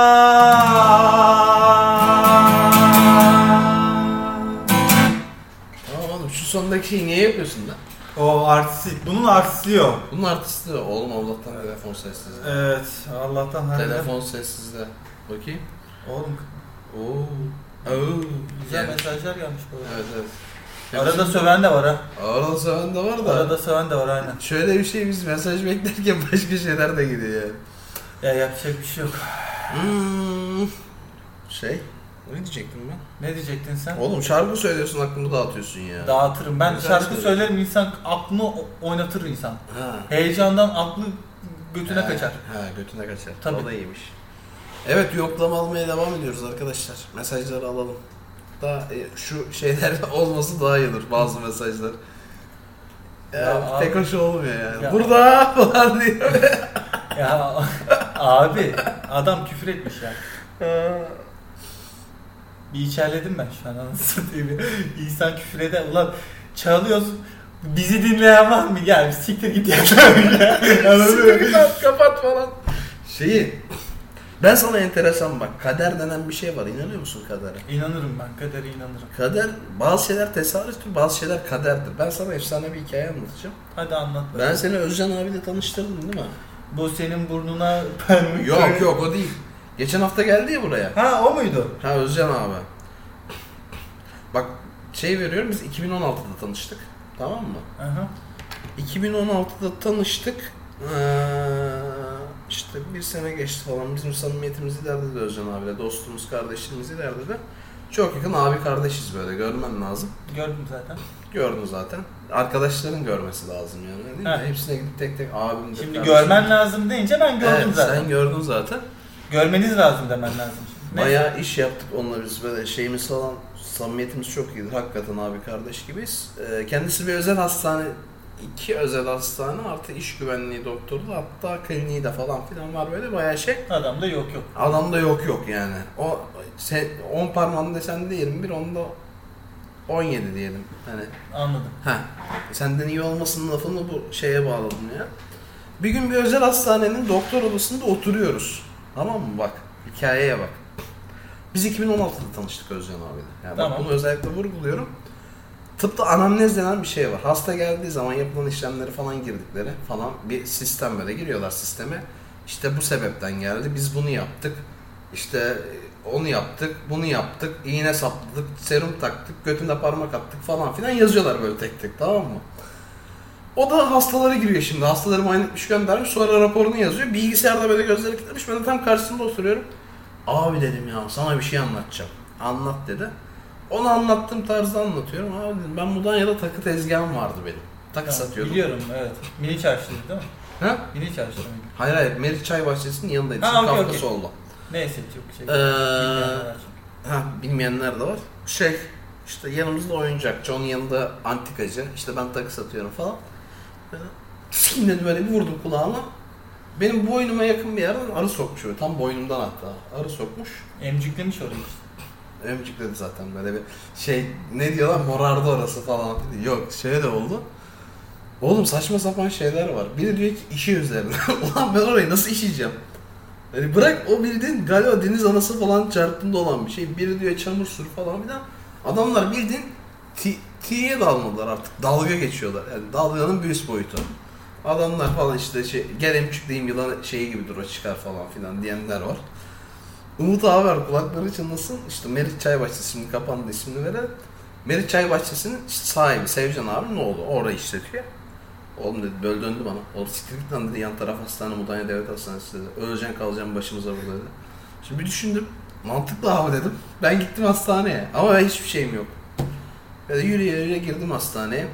Tamam oğlum, şu sondaki şeyi niye yapıyorsun lan? O artistik, bunun artistliği o. Bunun artisti o. Oğlum Allah'tan telefon sessizde. Evet, Allah'tan harbiden. Telefon sessizde. Bakayım. Oğlum Oo. Oo. güzel Yani- mesajlar gelmiş bu arada. Evet evet. Arada söven de var ha. Arada seven de var da. Arada söven de var aynen. Şöyle bir şey, biz mesaj beklerken başka şeyler de gidiyor yani. Ya yapacak bir şey yok. Hmm. Şey, ne diyecektim ben? Ne diyecektin sen? Oğlum şarkı söylüyorsun, aklımı dağıtıyorsun ya. Dağıtırım. Ben Güzel şarkı söylüyor. söylerim, insan aklını o- oynatır insan. Ha. Heyecandan aklı götüne He, kaçar. Ha, götüne kaçar. Tabii. O da iyiymiş. Evet, yoklama almaya devam ediyoruz arkadaşlar. Mesajları alalım. Daha e, şu şeyler olması daha iyi olur, bazı mesajlar. Ya, Ya abi- pek hoş olmuyor yani. Ya- Burada falan diyor. Ya abi adam küfür etmiş ya. Bir içerledim ben şu an, anasını satayım. İnsan küfür eder. Ulan çalıyoruz. Bizi dinleyen var mı? Gel bir siktir git ya. Anladın mı? Kapat, kapat falan. Şeyi, ben sana enteresan bak, kader denen bir şey var. İnanıyor musun kadere? İnanırım ben. Kadere inanırım. Kader, bazı şeyler tesadüftür, bazı şeyler kaderdir. Ben sana efsane bir hikaye anlatacağım. Hadi anlat. Ben seni Özcan abiyle tanıştırdım değil mi? Bu senin burnuna pen... Yok yok, o değil. Geçen hafta geldi ya buraya. Ha o muydu? Ha, Özcan abi. Bak şey veriyorum, biz iki bin on altıda tanıştık. Tamam mı? Aha. iki bin on altıda tanıştık. Ee, işte bir sene geçti falan. Bizim samimiyetimiz ilerledi Özcan abiyle. Dostluğumuz, kardeşliğimiz ilerledi. Çok yakın abi kardeşiz böyle. Görmen lazım. Gördüm zaten. Gördün zaten. Arkadaşların görmesi lazım yani. Değil mi? Ha. Hepsine gidip tek tek abimdir. Şimdi kardeşim. görmen lazım deyince ben gördüm Evet, zaten. sen gördün zaten. Görmeniz lazım demen lazım. Şimdi. Neyse. Bayağı iş yaptık onunla, biz böyle şeyimiz falan, samimiyetimiz çok iyidir. Hakikaten abi kardeş gibiyiz. Ee, kendisi bir özel hastane, iki özel hastane artı iş güvenliği doktoru, hatta kliniği de falan filan var, böyle bayağı şey. Adamda yok yok. Adamda yok yok yani. O on parmağını desen de yirmi bir, onda on yedi diyelim. Hani Anladım. ha, senden iyi olmasının lafını bu şeye bağladım ya. Bir gün bir özel hastanenin doktor odasında oturuyoruz. Tamam mı? Bak, hikayeye bak. Biz iki bin on altıda tanıştık Özcan abiyle. Yani Tamam. bak, bunu özellikle vurguluyorum. Tıpta anamnez denen bir şey var. Hasta geldiği zaman yapılan işlemleri falan girdikleri falan bir sistem, böyle giriyorlar sisteme. İşte bu sebepten geldi, biz bunu yaptık. İşte onu yaptık, bunu yaptık, iğne sapladık, serum taktık, götünde parmak attık falan filan yazıyorlar böyle tek tek, tamam mı? O da hastalara giriyor şimdi. Hastaları muayene etmiş, göndermiş, sonra raporunu yazıyor. Bilgisayarda böyle gözleri kilitlemiş, ben de tam karşısında oturuyorum. Abi dedim ya, sana bir şey anlatacağım. Anlat dedi. Onu anlattığım tarzda anlatıyorum. Abi dedim, ben Mudanya'da takı tezgahım vardı benim. Takı Tamam, satıyordum. Biliyorum evet. Mini çarşıydı değil mi? Ha? Mini çarşı mıydı? Hayır hayır, Meriç Çay Bahçesi'nin yanındaydı. Ha, Şimdi okey, Kafka okey. solda. Neyse çok şey. Ee, bilmeyenler var çünkü. Ha, bilmeyenler de var. Şey, işte yanımızda oyuncakçı, onun yanında antikacı. İşte ben takı satıyorum falan. Kim dedi, böyle bir vurdum kulağıma. Benim boynuma yakın bir yerden arı sokmuş böyle. Tam boynumdan hatta. Arı sokmuş. Emciklemiş orayı işte. Emcikledi zaten, böyle bir şey, ne diyorlar, morardı orası falan. Yok, şey de oldu. Oğlum saçma sapan şeyler var. Biri diyor ki işi üzerine. Ulan ben orayı nasıl işeyeceğim? Yani bırak, o bildiğin galiba deniz anası falan çarptığında olan bir şey. Biri diyor çamur sür falan filan. Adamlar bildiğin ti- tiye dalmadılar artık. Dalga geçiyorlar. Yani dalganın bir üst boyutu. Adamlar falan işte şey, gel emçük diyeyim, yılan şeyi gibidir o, çıkar falan filan diyenler var. Umut abi var, kulakları çınlasın. İşte Meriç Çay Bahçesi, şimdi kapandı, ismini veren. Meriç Çay Bahçesi'nin işte sahibi Sevcan abi, ne oldu? Orayı işletiyor. Oğlum dedi, böyle döndü bana. Oğlum siktir git lan dedi, yan taraf hastane, Mudanya Devlet Hastanesi dedi. Öleceksin kalacaksın başımıza burada dedi. Şimdi bir düşündüm. Mantıklı abi dedim. Ben gittim hastaneye ama ben hiçbir şeyim yok. Böyle yürüye yürüye girdim hastaneye.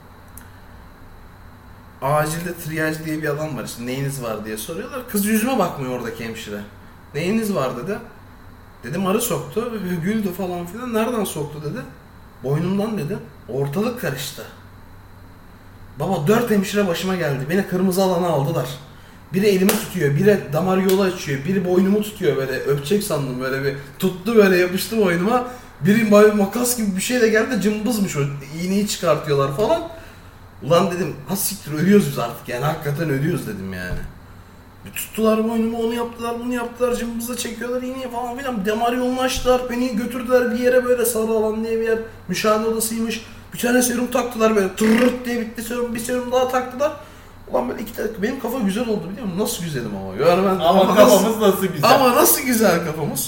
Acilde triyaj diye bir adam var, işte neyiniz var diye soruyorlar. Kız yüzüme bakmıyor oradaki hemşire. Neyiniz var dedi. Dedim arı soktu, güldü falan filan. Nereden soktu dedi. Boynumdan dedi. Ortalık karıştı. Baba dört hemşire başıma geldi. Beni kırmızı alana aldılar. Biri elimi tutuyor, biri damar yolu açıyor, biri boynumu tutuyor böyle öpecek sandım böyle bir tuttu böyle yapıştı boynuma. Biri böyle makas gibi bir şeyle geldi cımbızmış o iğneyi çıkartıyorlar falan. Ulan dedim ha siktir ölüyoruz biz artık yani hakikaten ölüyoruz dedim yani. Tuttular boynumu onu yaptılar bunu yaptılar cımbızla çekiyorlar iğneyi falan filan damar yolunu açtılar beni götürdüler bir yere böyle sarı alan diye bir yer müşahede odasıymış. Bir tane serum taktılar böyle tırırt diye bitti serum bir serum daha taktılar. Ulan böyle iki dakika benim kafa güzel oldu biliyor musun? Nasıl güzelim ama. Görmen, Ama, ama kafamız nasıl, nasıl güzel. Ama nasıl güzel kafamız.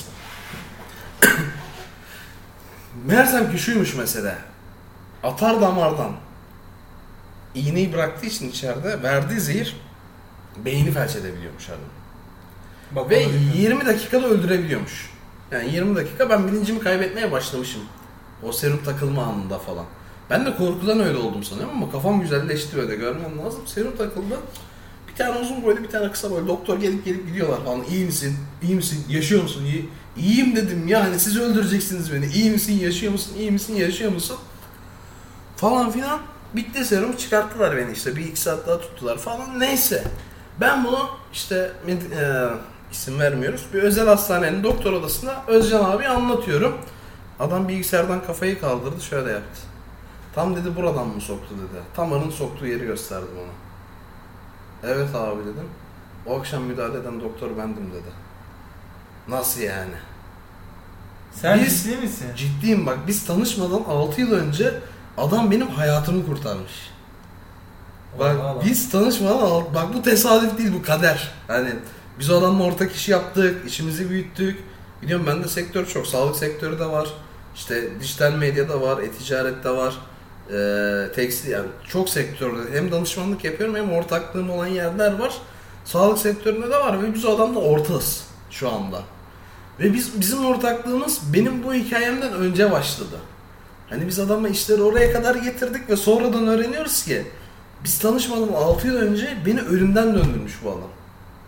Meğersem ki şuymuş mesela. Atar damardan iğneyi bıraktığı için içeride verdiği zehir beyni felç edebiliyormuş adam. Bak, Ve yirmi dakikada öldürebiliyormuş. Yani yirmi dakika ben bilincimi kaybetmeye başlamışım. O serum takılma anında falan. Ben de korkudan öyle oldum sanıyorum ama kafam güzelleşti öyle görmem lazım. Serum takıldı. Bir tane uzun boylu bir tane kısa boylu doktor gelip gelip gidiyorlar falan. İyi misin? İyi misin? Yaşıyor musun? İyi. İyiyim dedim yani siz öldüreceksiniz beni. İyi misin? Yaşıyor musun? İyi misin? Yaşıyor musun? Falan filan. Bitti serum çıkarttılar beni işte. Bir iki saat daha tuttular falan. Neyse. Ben bunu işte e, isim vermiyoruz. Bir özel hastanenin doktor odasında Özcan abi anlatıyorum. Adam bilgisayardan kafayı kaldırdı şöyle yaptı. Tam dedi buradan mı soktu dedi. Tam arın soktuğu yeri gösterdi bana. Evet abi dedim. O akşam müdahale eden doktor bendim dedi. Nasıl yani? Sen Biz- ciddi misin? Ciddiyim bak biz tanışmadan altı yıl önce adam benim hayatımı kurtarmış. Bak Allah. biz tanışmadan alt- bak bu tesadüf değil bu kader. Hani biz o adamla ortak iş yaptık, işimizi büyüttük. Biliyorum bende sektör çok, sağlık sektörü de var. İşte dijital medyada var, e-ticarette var. Ee, tekstil yani çok sektörde hem danışmanlık yapıyorum hem ortaklığım olan yerler var. Sağlık sektöründe de var ve biz o adamla ortağız şu anda. Ve biz bizim ortaklığımız benim bu hikayemden önce başladı. Hani biz adamla işleri oraya kadar getirdik ve sonradan öğreniyoruz ki biz tanışmadan altı yıl önce beni ölümden döndürmüş bu adam.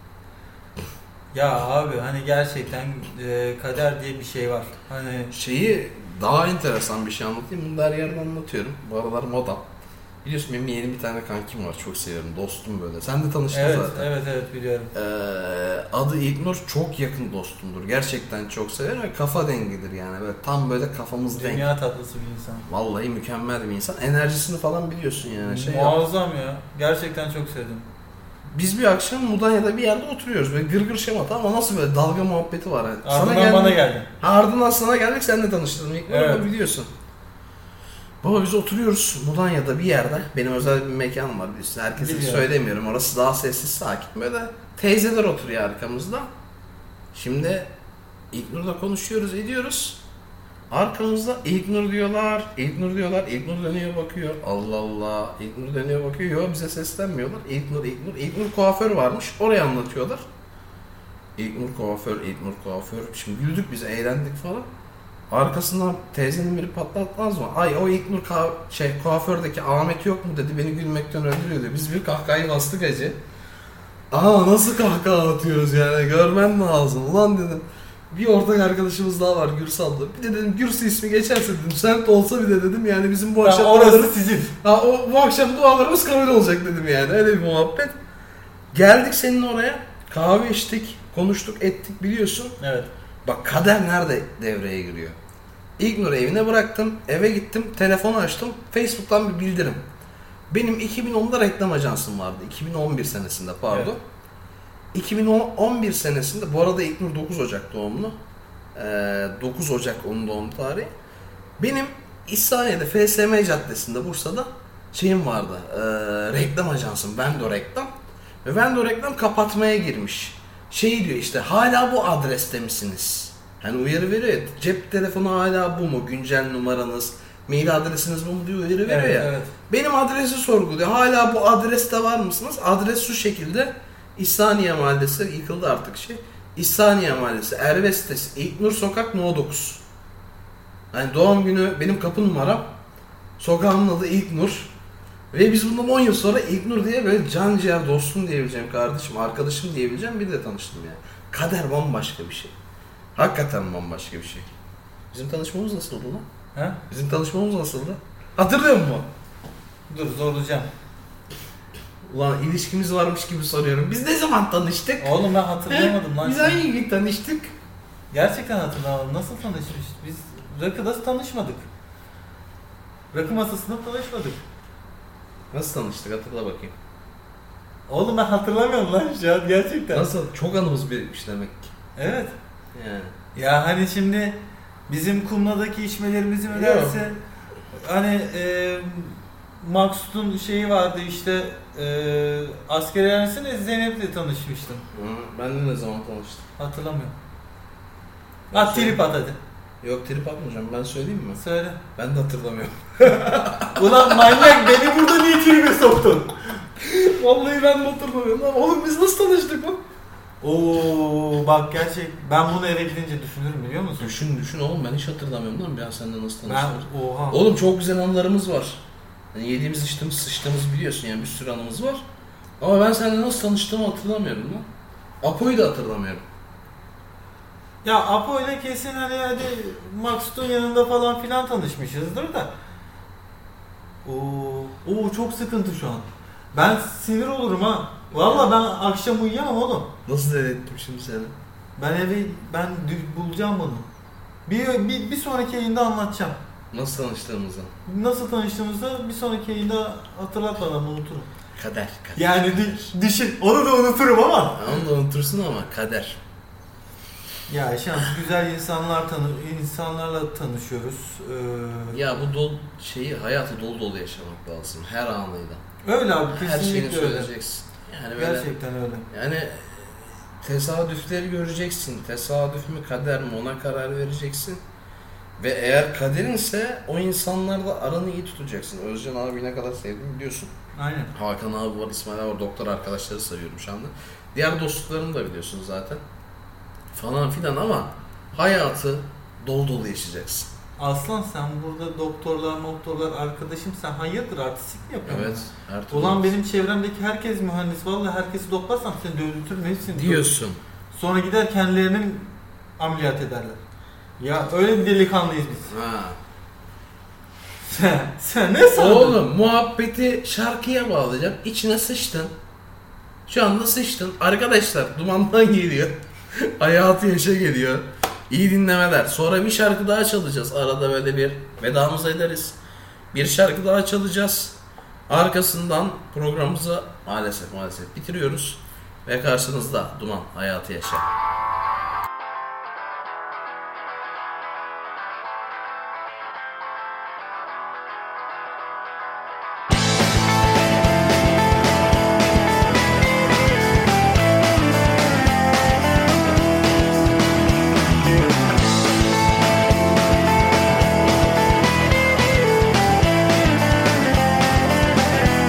Ya abi hani gerçekten e, kader diye bir şey var. Hani Şeyi daha enteresan bir şey anlatayım. Bunu da her yerde anlatıyorum. Bu aralar moda. Biliyorsun benim yeni bir tane kankim var. Çok seviyorum. Dostum böyle. Sen de tanıştın evet zaten. evet evet biliyorum. Ee, adı İlknur. Çok yakın dostumdur. Gerçekten çok severim ve kafa dengidir yani. Böyle tam böyle kafamız denk. Dünya tatlısı bir insan. Vallahi mükemmel bir insan. Enerjisini falan biliyorsun yani. Şey Muazzam ya. Gerçekten çok sevdim. Biz bir akşam Mudanya'da bir yerde oturuyoruz. Böyle gırgır şamata ama nasıl böyle dalga muhabbeti var. Yani. Ardından geldi- bana geldin. Ha, ardından sana geldik sen de tanıştırdın. İlk Evet. evet. biliyorsun. Baba biz oturuyoruz Mudanya'da bir yerde. Benim özel bir mekanım var biliyorsun. Herkese Biliyorum. söylemiyorum. Orası daha sessiz sakin. Böyle teyzeler oturuyor arkamızda. Şimdi İlknur'la konuşuyoruz ediyoruz. Arkamızda İlknur diyorlar, İlknur diyorlar, İlknur dönüyor bakıyor. Allah Allah, İlknur dönüyor bakıyor. Yok bize seslenmiyorlar. İlknur, İlknur, İlknur kuaför varmış. Oraya anlatıyorlar. İlknur kuaför, İlknur kuaför. Şimdi güldük biz, eğlendik falan. Arkasından teyzenin biri patlatmaz mı? Ay o İlknur ka- şey, kuafördeki Ahmet yok mu dedi. Beni gülmekten öldürüyordu. Biz bir kahkahayı bastık acı. Aa nasıl kahkaha atıyoruz yani görmen lazım. Ulan dedim. Bir ortak arkadaşımız daha var Gürsal'da. Bir de dedim Gürsü ismi geçerse dedim. Semt olsa bile dedim yani bizim bu akşam Tamam, orası dualarımız- sizin. Ha, o, bu akşam dualarımız kabul olacak dedim yani. Öyle bir muhabbet. Geldik senin oraya. Kahve içtik. Konuştuk ettik biliyorsun. Evet. Bak kader nerede devreye giriyor? İlknur'u evine bıraktım. Eve gittim. Telefonu açtım. Facebook'tan bir bildirim. Benim iki bin onda reklam ajansım vardı. iki bin on bir senesinde pardon. Evet. iki bin on bir senesinde bu arada İlknur dokuz Ocak doğumlu. Ee, dokuz Ocak onun doğum tarihi. Benim İhsaniye'de F S M Caddesi'nde Bursa'da şeyim vardı. Ee, reklam ajansım. Vendo Reklam. Ve Vendo Reklam kapatmaya girmiş. Şey diyor işte hala bu adreste misiniz? Hani uyarı veriyor ya. Cep telefonu hala bu mu? Güncel numaranız, mail adresiniz bu mu diye uyarı veriyor Evet, ya. evet. Benim adresi sorguluyor. Hala bu adreste var mısınız? Adres şu şekilde. İhsaniye Mahallesi yıkıldı artık şey. İhsaniye Mahallesi, Erve sitesi, İlknur Sokak No dokuz. Yani doğum günü benim kapı numaram. Sokağımın adı İlknur. Ve biz bundan on yıl sonra İlknur diye böyle can ciğer dostum diyebileceğim kardeşim, arkadaşım diyebileceğim biri de tanıştım yani. Kader bambaşka bir şey. Hakikaten bambaşka bir şey. Bizim tanışmamız nasıl oldu lan? Ha? Bizim tanışmamız nasıldı? Hatırlıyor musun? Dur zorlayacağım. Ulan ilişkimiz varmış gibi soruyorum. Biz ne zaman tanıştık? Oğlum ben hatırlayamadım lan. Biz şimdi. hangi gün tanıştık? Gerçekten hatırlamadım. Nasıl tanışmıştık? Biz rakıda tanışmadık. Rakı masasında tanışmadık. Nasıl tanıştık hatırla bakayım. Oğlum ben hatırlamıyorum lan şu an gerçekten. Nasıl? Çok anımız birikmiş demek ki. Evet. Yani. Ya hani şimdi bizim Kumla'daki içmelerimizi mi Yok. derse hani e, Maksut'un şeyi vardı işte e, asker öğrencisinde Zeynep'le tanışmıştım. Hı, ben de ne zaman tanıştık? Hatırlamıyorum. Ben At söyleyeyim. trip at hadi. Yok trip atmayacağım ben söyleyeyim mi? Söyle. Ben de hatırlamıyorum. Ulan manyak beni burada niye tribe soktun? Vallahi ben de hatırlamıyorum lan. Oğlum biz nasıl tanıştık lan? Oo bak gerçek ben bunu eve gidince düşünürüm biliyor musun? Düşün düşün oğlum ben hiç hatırlamıyorum lan ben seninle nasıl Ben tanıştık. oha. Oğlum çok güzel anılarımız var. Hani yediğimiz içtiğimiz sıçtığımız biliyorsun yani bir sürü anımız var. Ama ben seninle nasıl tanıştığımı hatırlamıyorum lan. Apo'yu da hatırlamıyorum. Ya Apo ile kesin hani hadi Maksut'un yanında falan filan tanışmışızdır da. Oo, oo çok sıkıntı şu an. Ben sinir olurum ha. Valla ben akşam uyuyamam oğlum. Nasıl delirttim şimdi seni? Ben evi ben dü- bulacağım bunu. Bir, bir, bir sonraki yayında anlatacağım. Nasıl tanıştığımızı? Nasıl tanıştığımızda bir sonraki yayında hatırlat bana unuturum. Kader. kader. Yani dü- düşün onu da unuturum ama. Ha, onu da unutursun ama kader. Ya şans güzel insanlar tanı insanlarla tanışıyoruz. Ee, Ya bu dol şeyi hayatı dolu dolu yaşamak lazım her anıyla. öyle abi Her şeyini kesinlikle öyle. söyleyeceksin. Yani böyle Gerçekten öyle. yani tesadüfleri göreceksin. Tesadüf mü kader mi ona karar vereceksin. Ve eğer kaderinse o insanlarla aranı iyi tutacaksın. Özcan abi ne kadar sevdiğimi biliyorsun. Aynen. Hakan abi var, İsmail abi var, doktor arkadaşları sayıyorum şu anda. Diğer dostluklarımı da biliyorsun zaten. Falan filan ama hayatı dolu dolu yaşayacaksın. Aslan sen burada doktorlar, doktorlar arkadaşım sen hayırdır artistik mi yapıyorsun? Evet. Her türlü. Ulan benim çevremdeki herkes mühendis. Vallahi herkesi doklarsam seni dövdürtürüm hepsini. diyorsun. Sonra gider kendilerinin ameliyat ederler. Ya öyle bir delikanlıyız biz. Ha. Sen, sen ne sandın? Oğlum muhabbeti şarkıya bağlayacağım. İçine sıçtın. Şu anda sıçtın. Arkadaşlar dumandan geliyor. Hayatı yaşa geliyor. İyi dinlemeler. Sonra bir şarkı daha çalacağız. Arada böyle bir vedamızı ederiz. Bir şarkı daha çalacağız. Arkasından programımızı maalesef maalesef bitiriyoruz. Ve karşınızda Duman Hayatı Yaşa.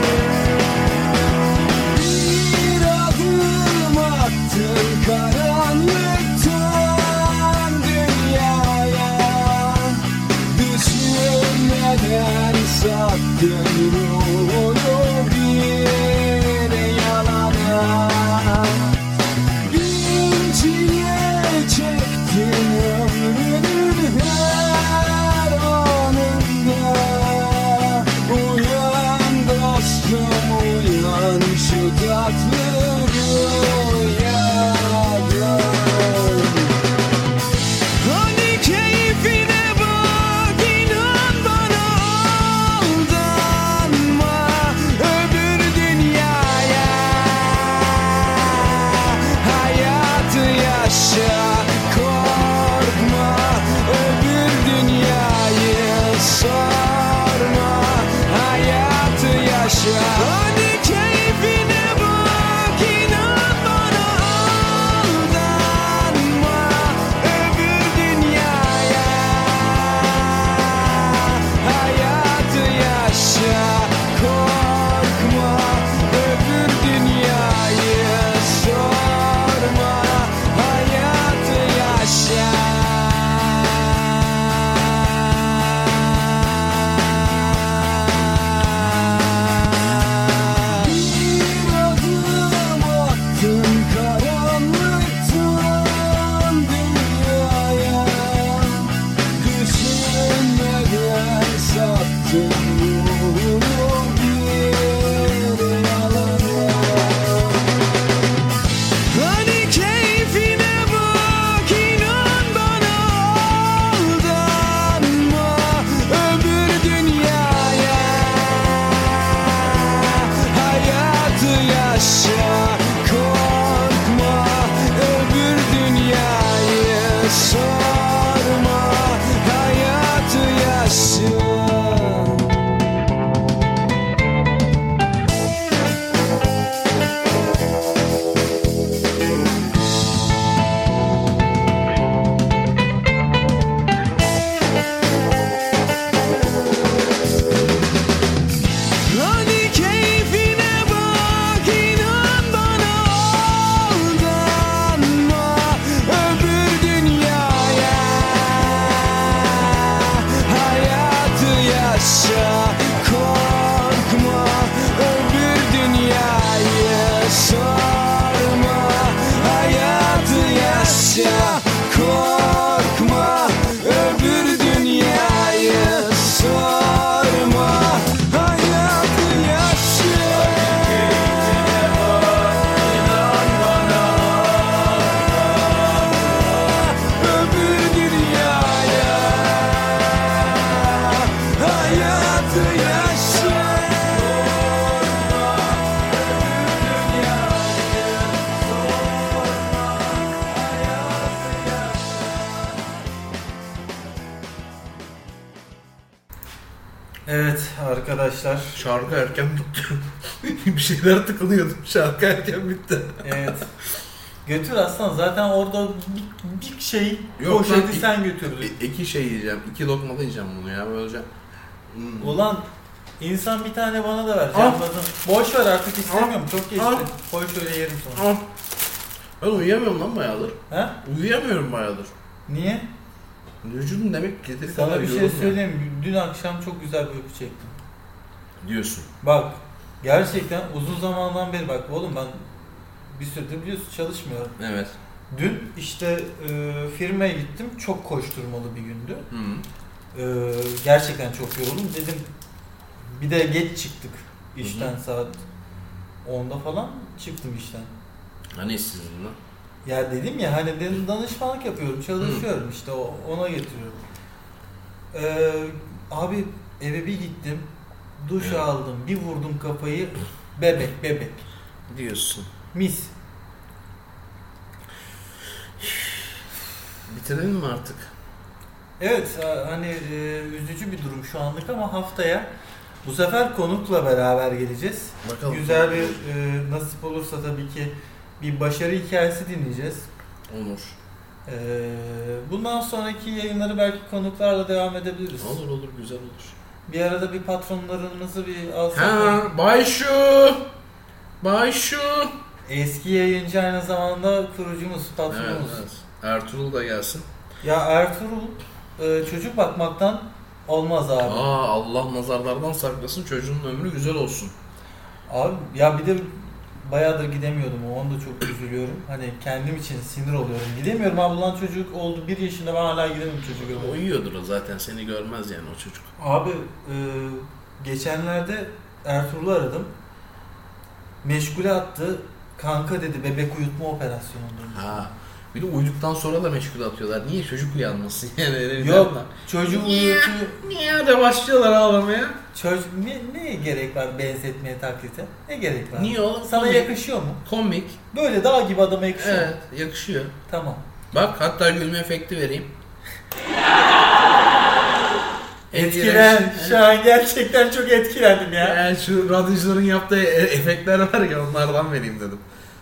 Bir adım attın karanlığa. arkadaşlar. Şarkı erken bitti. Bir şeyler tıkılıyordum. Şarkı erken bitti. Evet. Götür aslan, zaten orada bir, bir şey Yok poşeti lan, sen götürdün. İ- iki şey yiyeceğim. İki lokma da yiyeceğim bunu ya. Böylece. Hmm. Ulan insan bir tane bana da ver. Al. Canladım. Boş ver artık, istemiyorum. Çok geçti. Al. Koy şöyle yerim sonra. Ah. Ben uyuyamıyorum lan bayağıdır. He? Uyuyamıyorum bayağıdır. Niye? Vücudum demek ki yeteri Sana kadar bir şey yorulmuyor. söyleyeyim mi? Dün akşam çok güzel bir uyku çektim. Diyorsun. Bak gerçekten uzun zamandan beri, bak oğlum ben bir süredir biliyorsun çalışmıyorum. Evet. Dün işte e, firmaya gittim. Çok koşturmalı bir gündü. Hı. E, gerçekten çok yoruldum. Dedim bir de geç çıktık işten, Hı hı. saat onda falan çıktım işten. Hani işsizin lan? Ya dedim ya hani dedim, danışmanlık yapıyorum, çalışıyorum işte o, ona getiriyorum. Ee, abi eve bir gittim, duş Evet. aldım, bir vurdum kafayı, bebek bebek, Diyorsun. mis. Bitirelim mi artık? Evet hani e, üzücü bir durum şu anlık ama haftaya bu sefer konukla beraber geleceğiz. Bakalım. Güzel bir e, nasip olursa tabii ki bir başarı hikayesi dinleyeceğiz. Olur. Ee, bundan sonraki yayınları belki konuklarla devam edebiliriz. Olur olur, güzel olur. Bir arada bir patronlarımızı bir alsak. Ha, Bayşu! Bayşu! Eski yayıncı aynı zamanda kurucumuz, Evet, patronumuz. evet. Ertuğrul da gelsin. Ya Ertuğrul e, çocuk bakmaktan olmaz abi. Aa, Allah nazarlardan saklasın, çocuğun ömrü güzel olsun. Abi ya bir de bayağıdır gidemiyordum, onu da çok üzülüyorum. Hani kendim için sinir oluyorum. Gidemiyorum abi, ulan çocuk oldu bir yaşında, ben hala gidemiyorum çocuk O oldu. uyuyordur o zaten, seni görmez yani o çocuk. Abi e, geçenlerde Ertuğrul'u aradım. Meşgule attı. Kanka dedi, bebek uyutma operasyonundayım. Ha. Bir de uyuduktan sonra da meşgul atıyorlar. Niye çocuk uyanmasın yani? öyle bir Yok, derler. çocuğu uyutuyor. Niye de başlıyorlar ağlamaya? Çocuk ne, ne gerek var benzetmeye, taklite? Ne gerek var? Niye oğlum? Sana Komik. yakışıyor mu? Komik. Böyle dağ gibi adama yakışıyor mu? Evet, yakışıyor. Tamam. Bak, hatta gülme efekti vereyim. Etkilen. Şu an gerçekten çok etkilendim ya. Yani şu radyocuların yaptığı e- efektler var ya, onlardan vereyim dedim.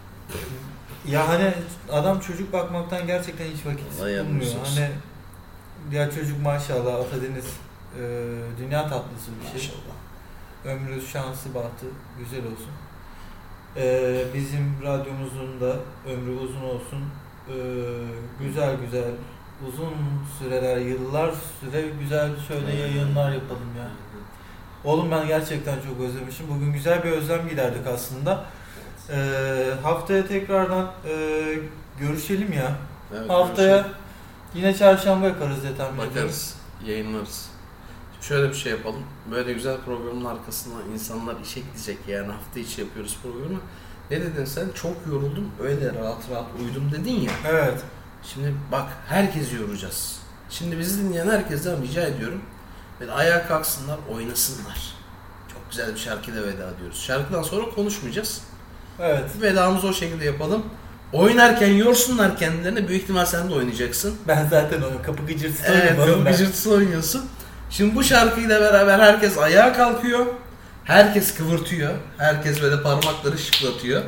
Ya hani adam çocuk bakmaktan gerçekten hiç vakit Vallahi yardımcısı bulmuyor. olsun. Hani ya çocuk maşallah Atadeniz e, dünya tatlısı bir şey. Maşallah. Ömrü, şansı, bahtı güzel olsun. E, bizim radyomuzun da ömrü uzun olsun. E, güzel güzel uzun süreler, yıllar süre güzel şöyle yayınlar yapalım ya. Oğlum ben gerçekten çok özlemişim. Bugün güzel bir özlem giderdik aslında. Ee, haftaya tekrardan e, görüşelim ya. Evet, Haftaya görüşelim. yine çarşamba yaparız diye tahmin ediyorum. Bakarız, yayınlarız. Şöyle bir şey yapalım. Böyle güzel programın arkasından insanlar işe gidecek, yani hafta içi yapıyoruz programı. Ne dedin sen? Çok yoruldum, öyle rahat rahat uyudum dedin ya. Evet. Şimdi bak, herkesi yoracağız. Şimdi bizi dinleyen herkesten rica ediyorum. Böyle ayağa kalksınlar, oynasınlar. Çok güzel bir şarkıyla veda ediyoruz. Şarkıdan sonra konuşmayacağız. Evet. Vedamızı o şekilde yapalım. Oynarken yorsunlar kendilerini. Büyük ihtimal sen de oynayacaksın. Ben zaten o kapı gıcırtısı Evet, oynuyorum kapı ben. gıcırtısı oynuyorsun. Şimdi bu şarkıyla beraber herkes ayağa kalkıyor. Herkes kıvırtıyor. Herkes böyle parmakları şıklatıyor.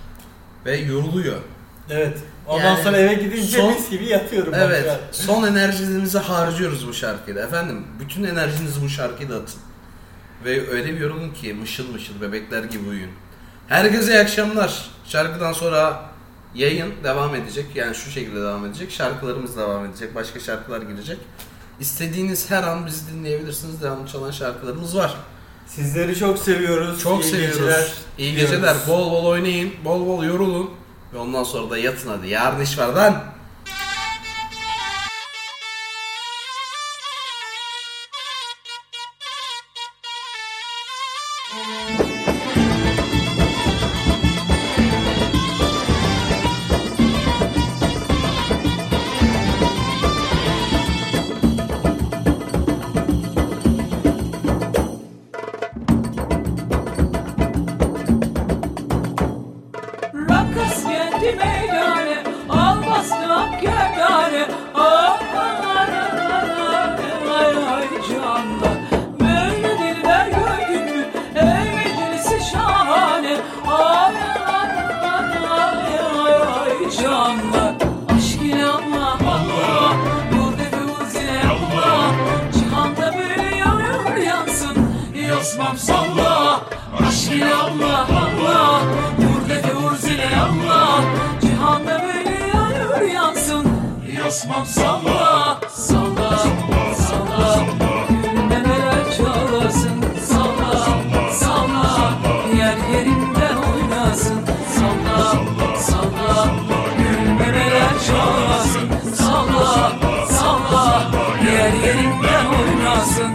Ve yoruluyor. Evet. Ondan Yani sonra eve gidince son- mis gibi yatıyorum. bak Evet, ya. son enerjimizi harcıyoruz bu şarkıyla. Efendim, bütün enerjinizi bu şarkıyla atın. Ve öyle bir yorulun ki mışıl mışıl bebekler gibi uyuyun. Herkese iyi akşamlar. Şarkıdan sonra yayın devam edecek. Yani şu şekilde devam edecek. Şarkılarımız devam edecek. Başka şarkılar girecek. İstediğiniz her an bizi dinleyebilirsiniz. Devamlı çalan şarkılarımız var. Sizleri çok seviyoruz. Çok İyi seviyoruz. geceler İyi diliyoruz. geceler. Bol bol oynayın. Bol bol yorulun. Ve ondan sonra da yatın hadi. Yarın iş var lan. Rakas geldi meydane, al bastı canlar. Aşk ile Allah Allah, burada Fevuz ile Allah. Cihanda böyle yanıyor yansın, Yosmam salla. Aşk ile Allah Allah, burada Fevuz ile Allah. Cihanda böyle yanıyor yansın, Yosmam salla. Salla, salla, gülmemeler çalasın. Salla, salla, yer yerinden oynasın. Salla, salla, gülmemeler çalasın. Salla, salla, yer yerinden oynasın.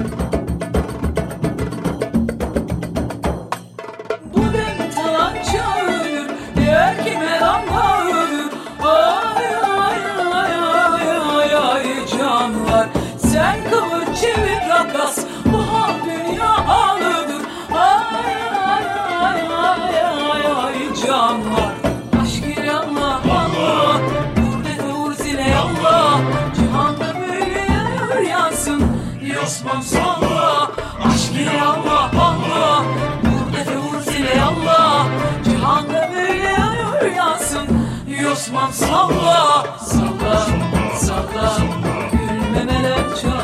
Bu dem talanca ölür, diğer kime lamba ölür. Ay ay ay ay ay ay canlar. Sen kıvır çevir rakas, bu hal dünya halıdır. Ay ay ay ay ay ay canlar. Aşk ile Allah Allah, burada Fevuz ile Allah. Cihanda böyle yanıyor yansın, Yosmam salla. Aşk ile Allah Allah, burada Fevuz ile Allah. Cihanda böyle yanıyor yansın, Yosmam salla. Salla, salla, gülmemeler çalasın.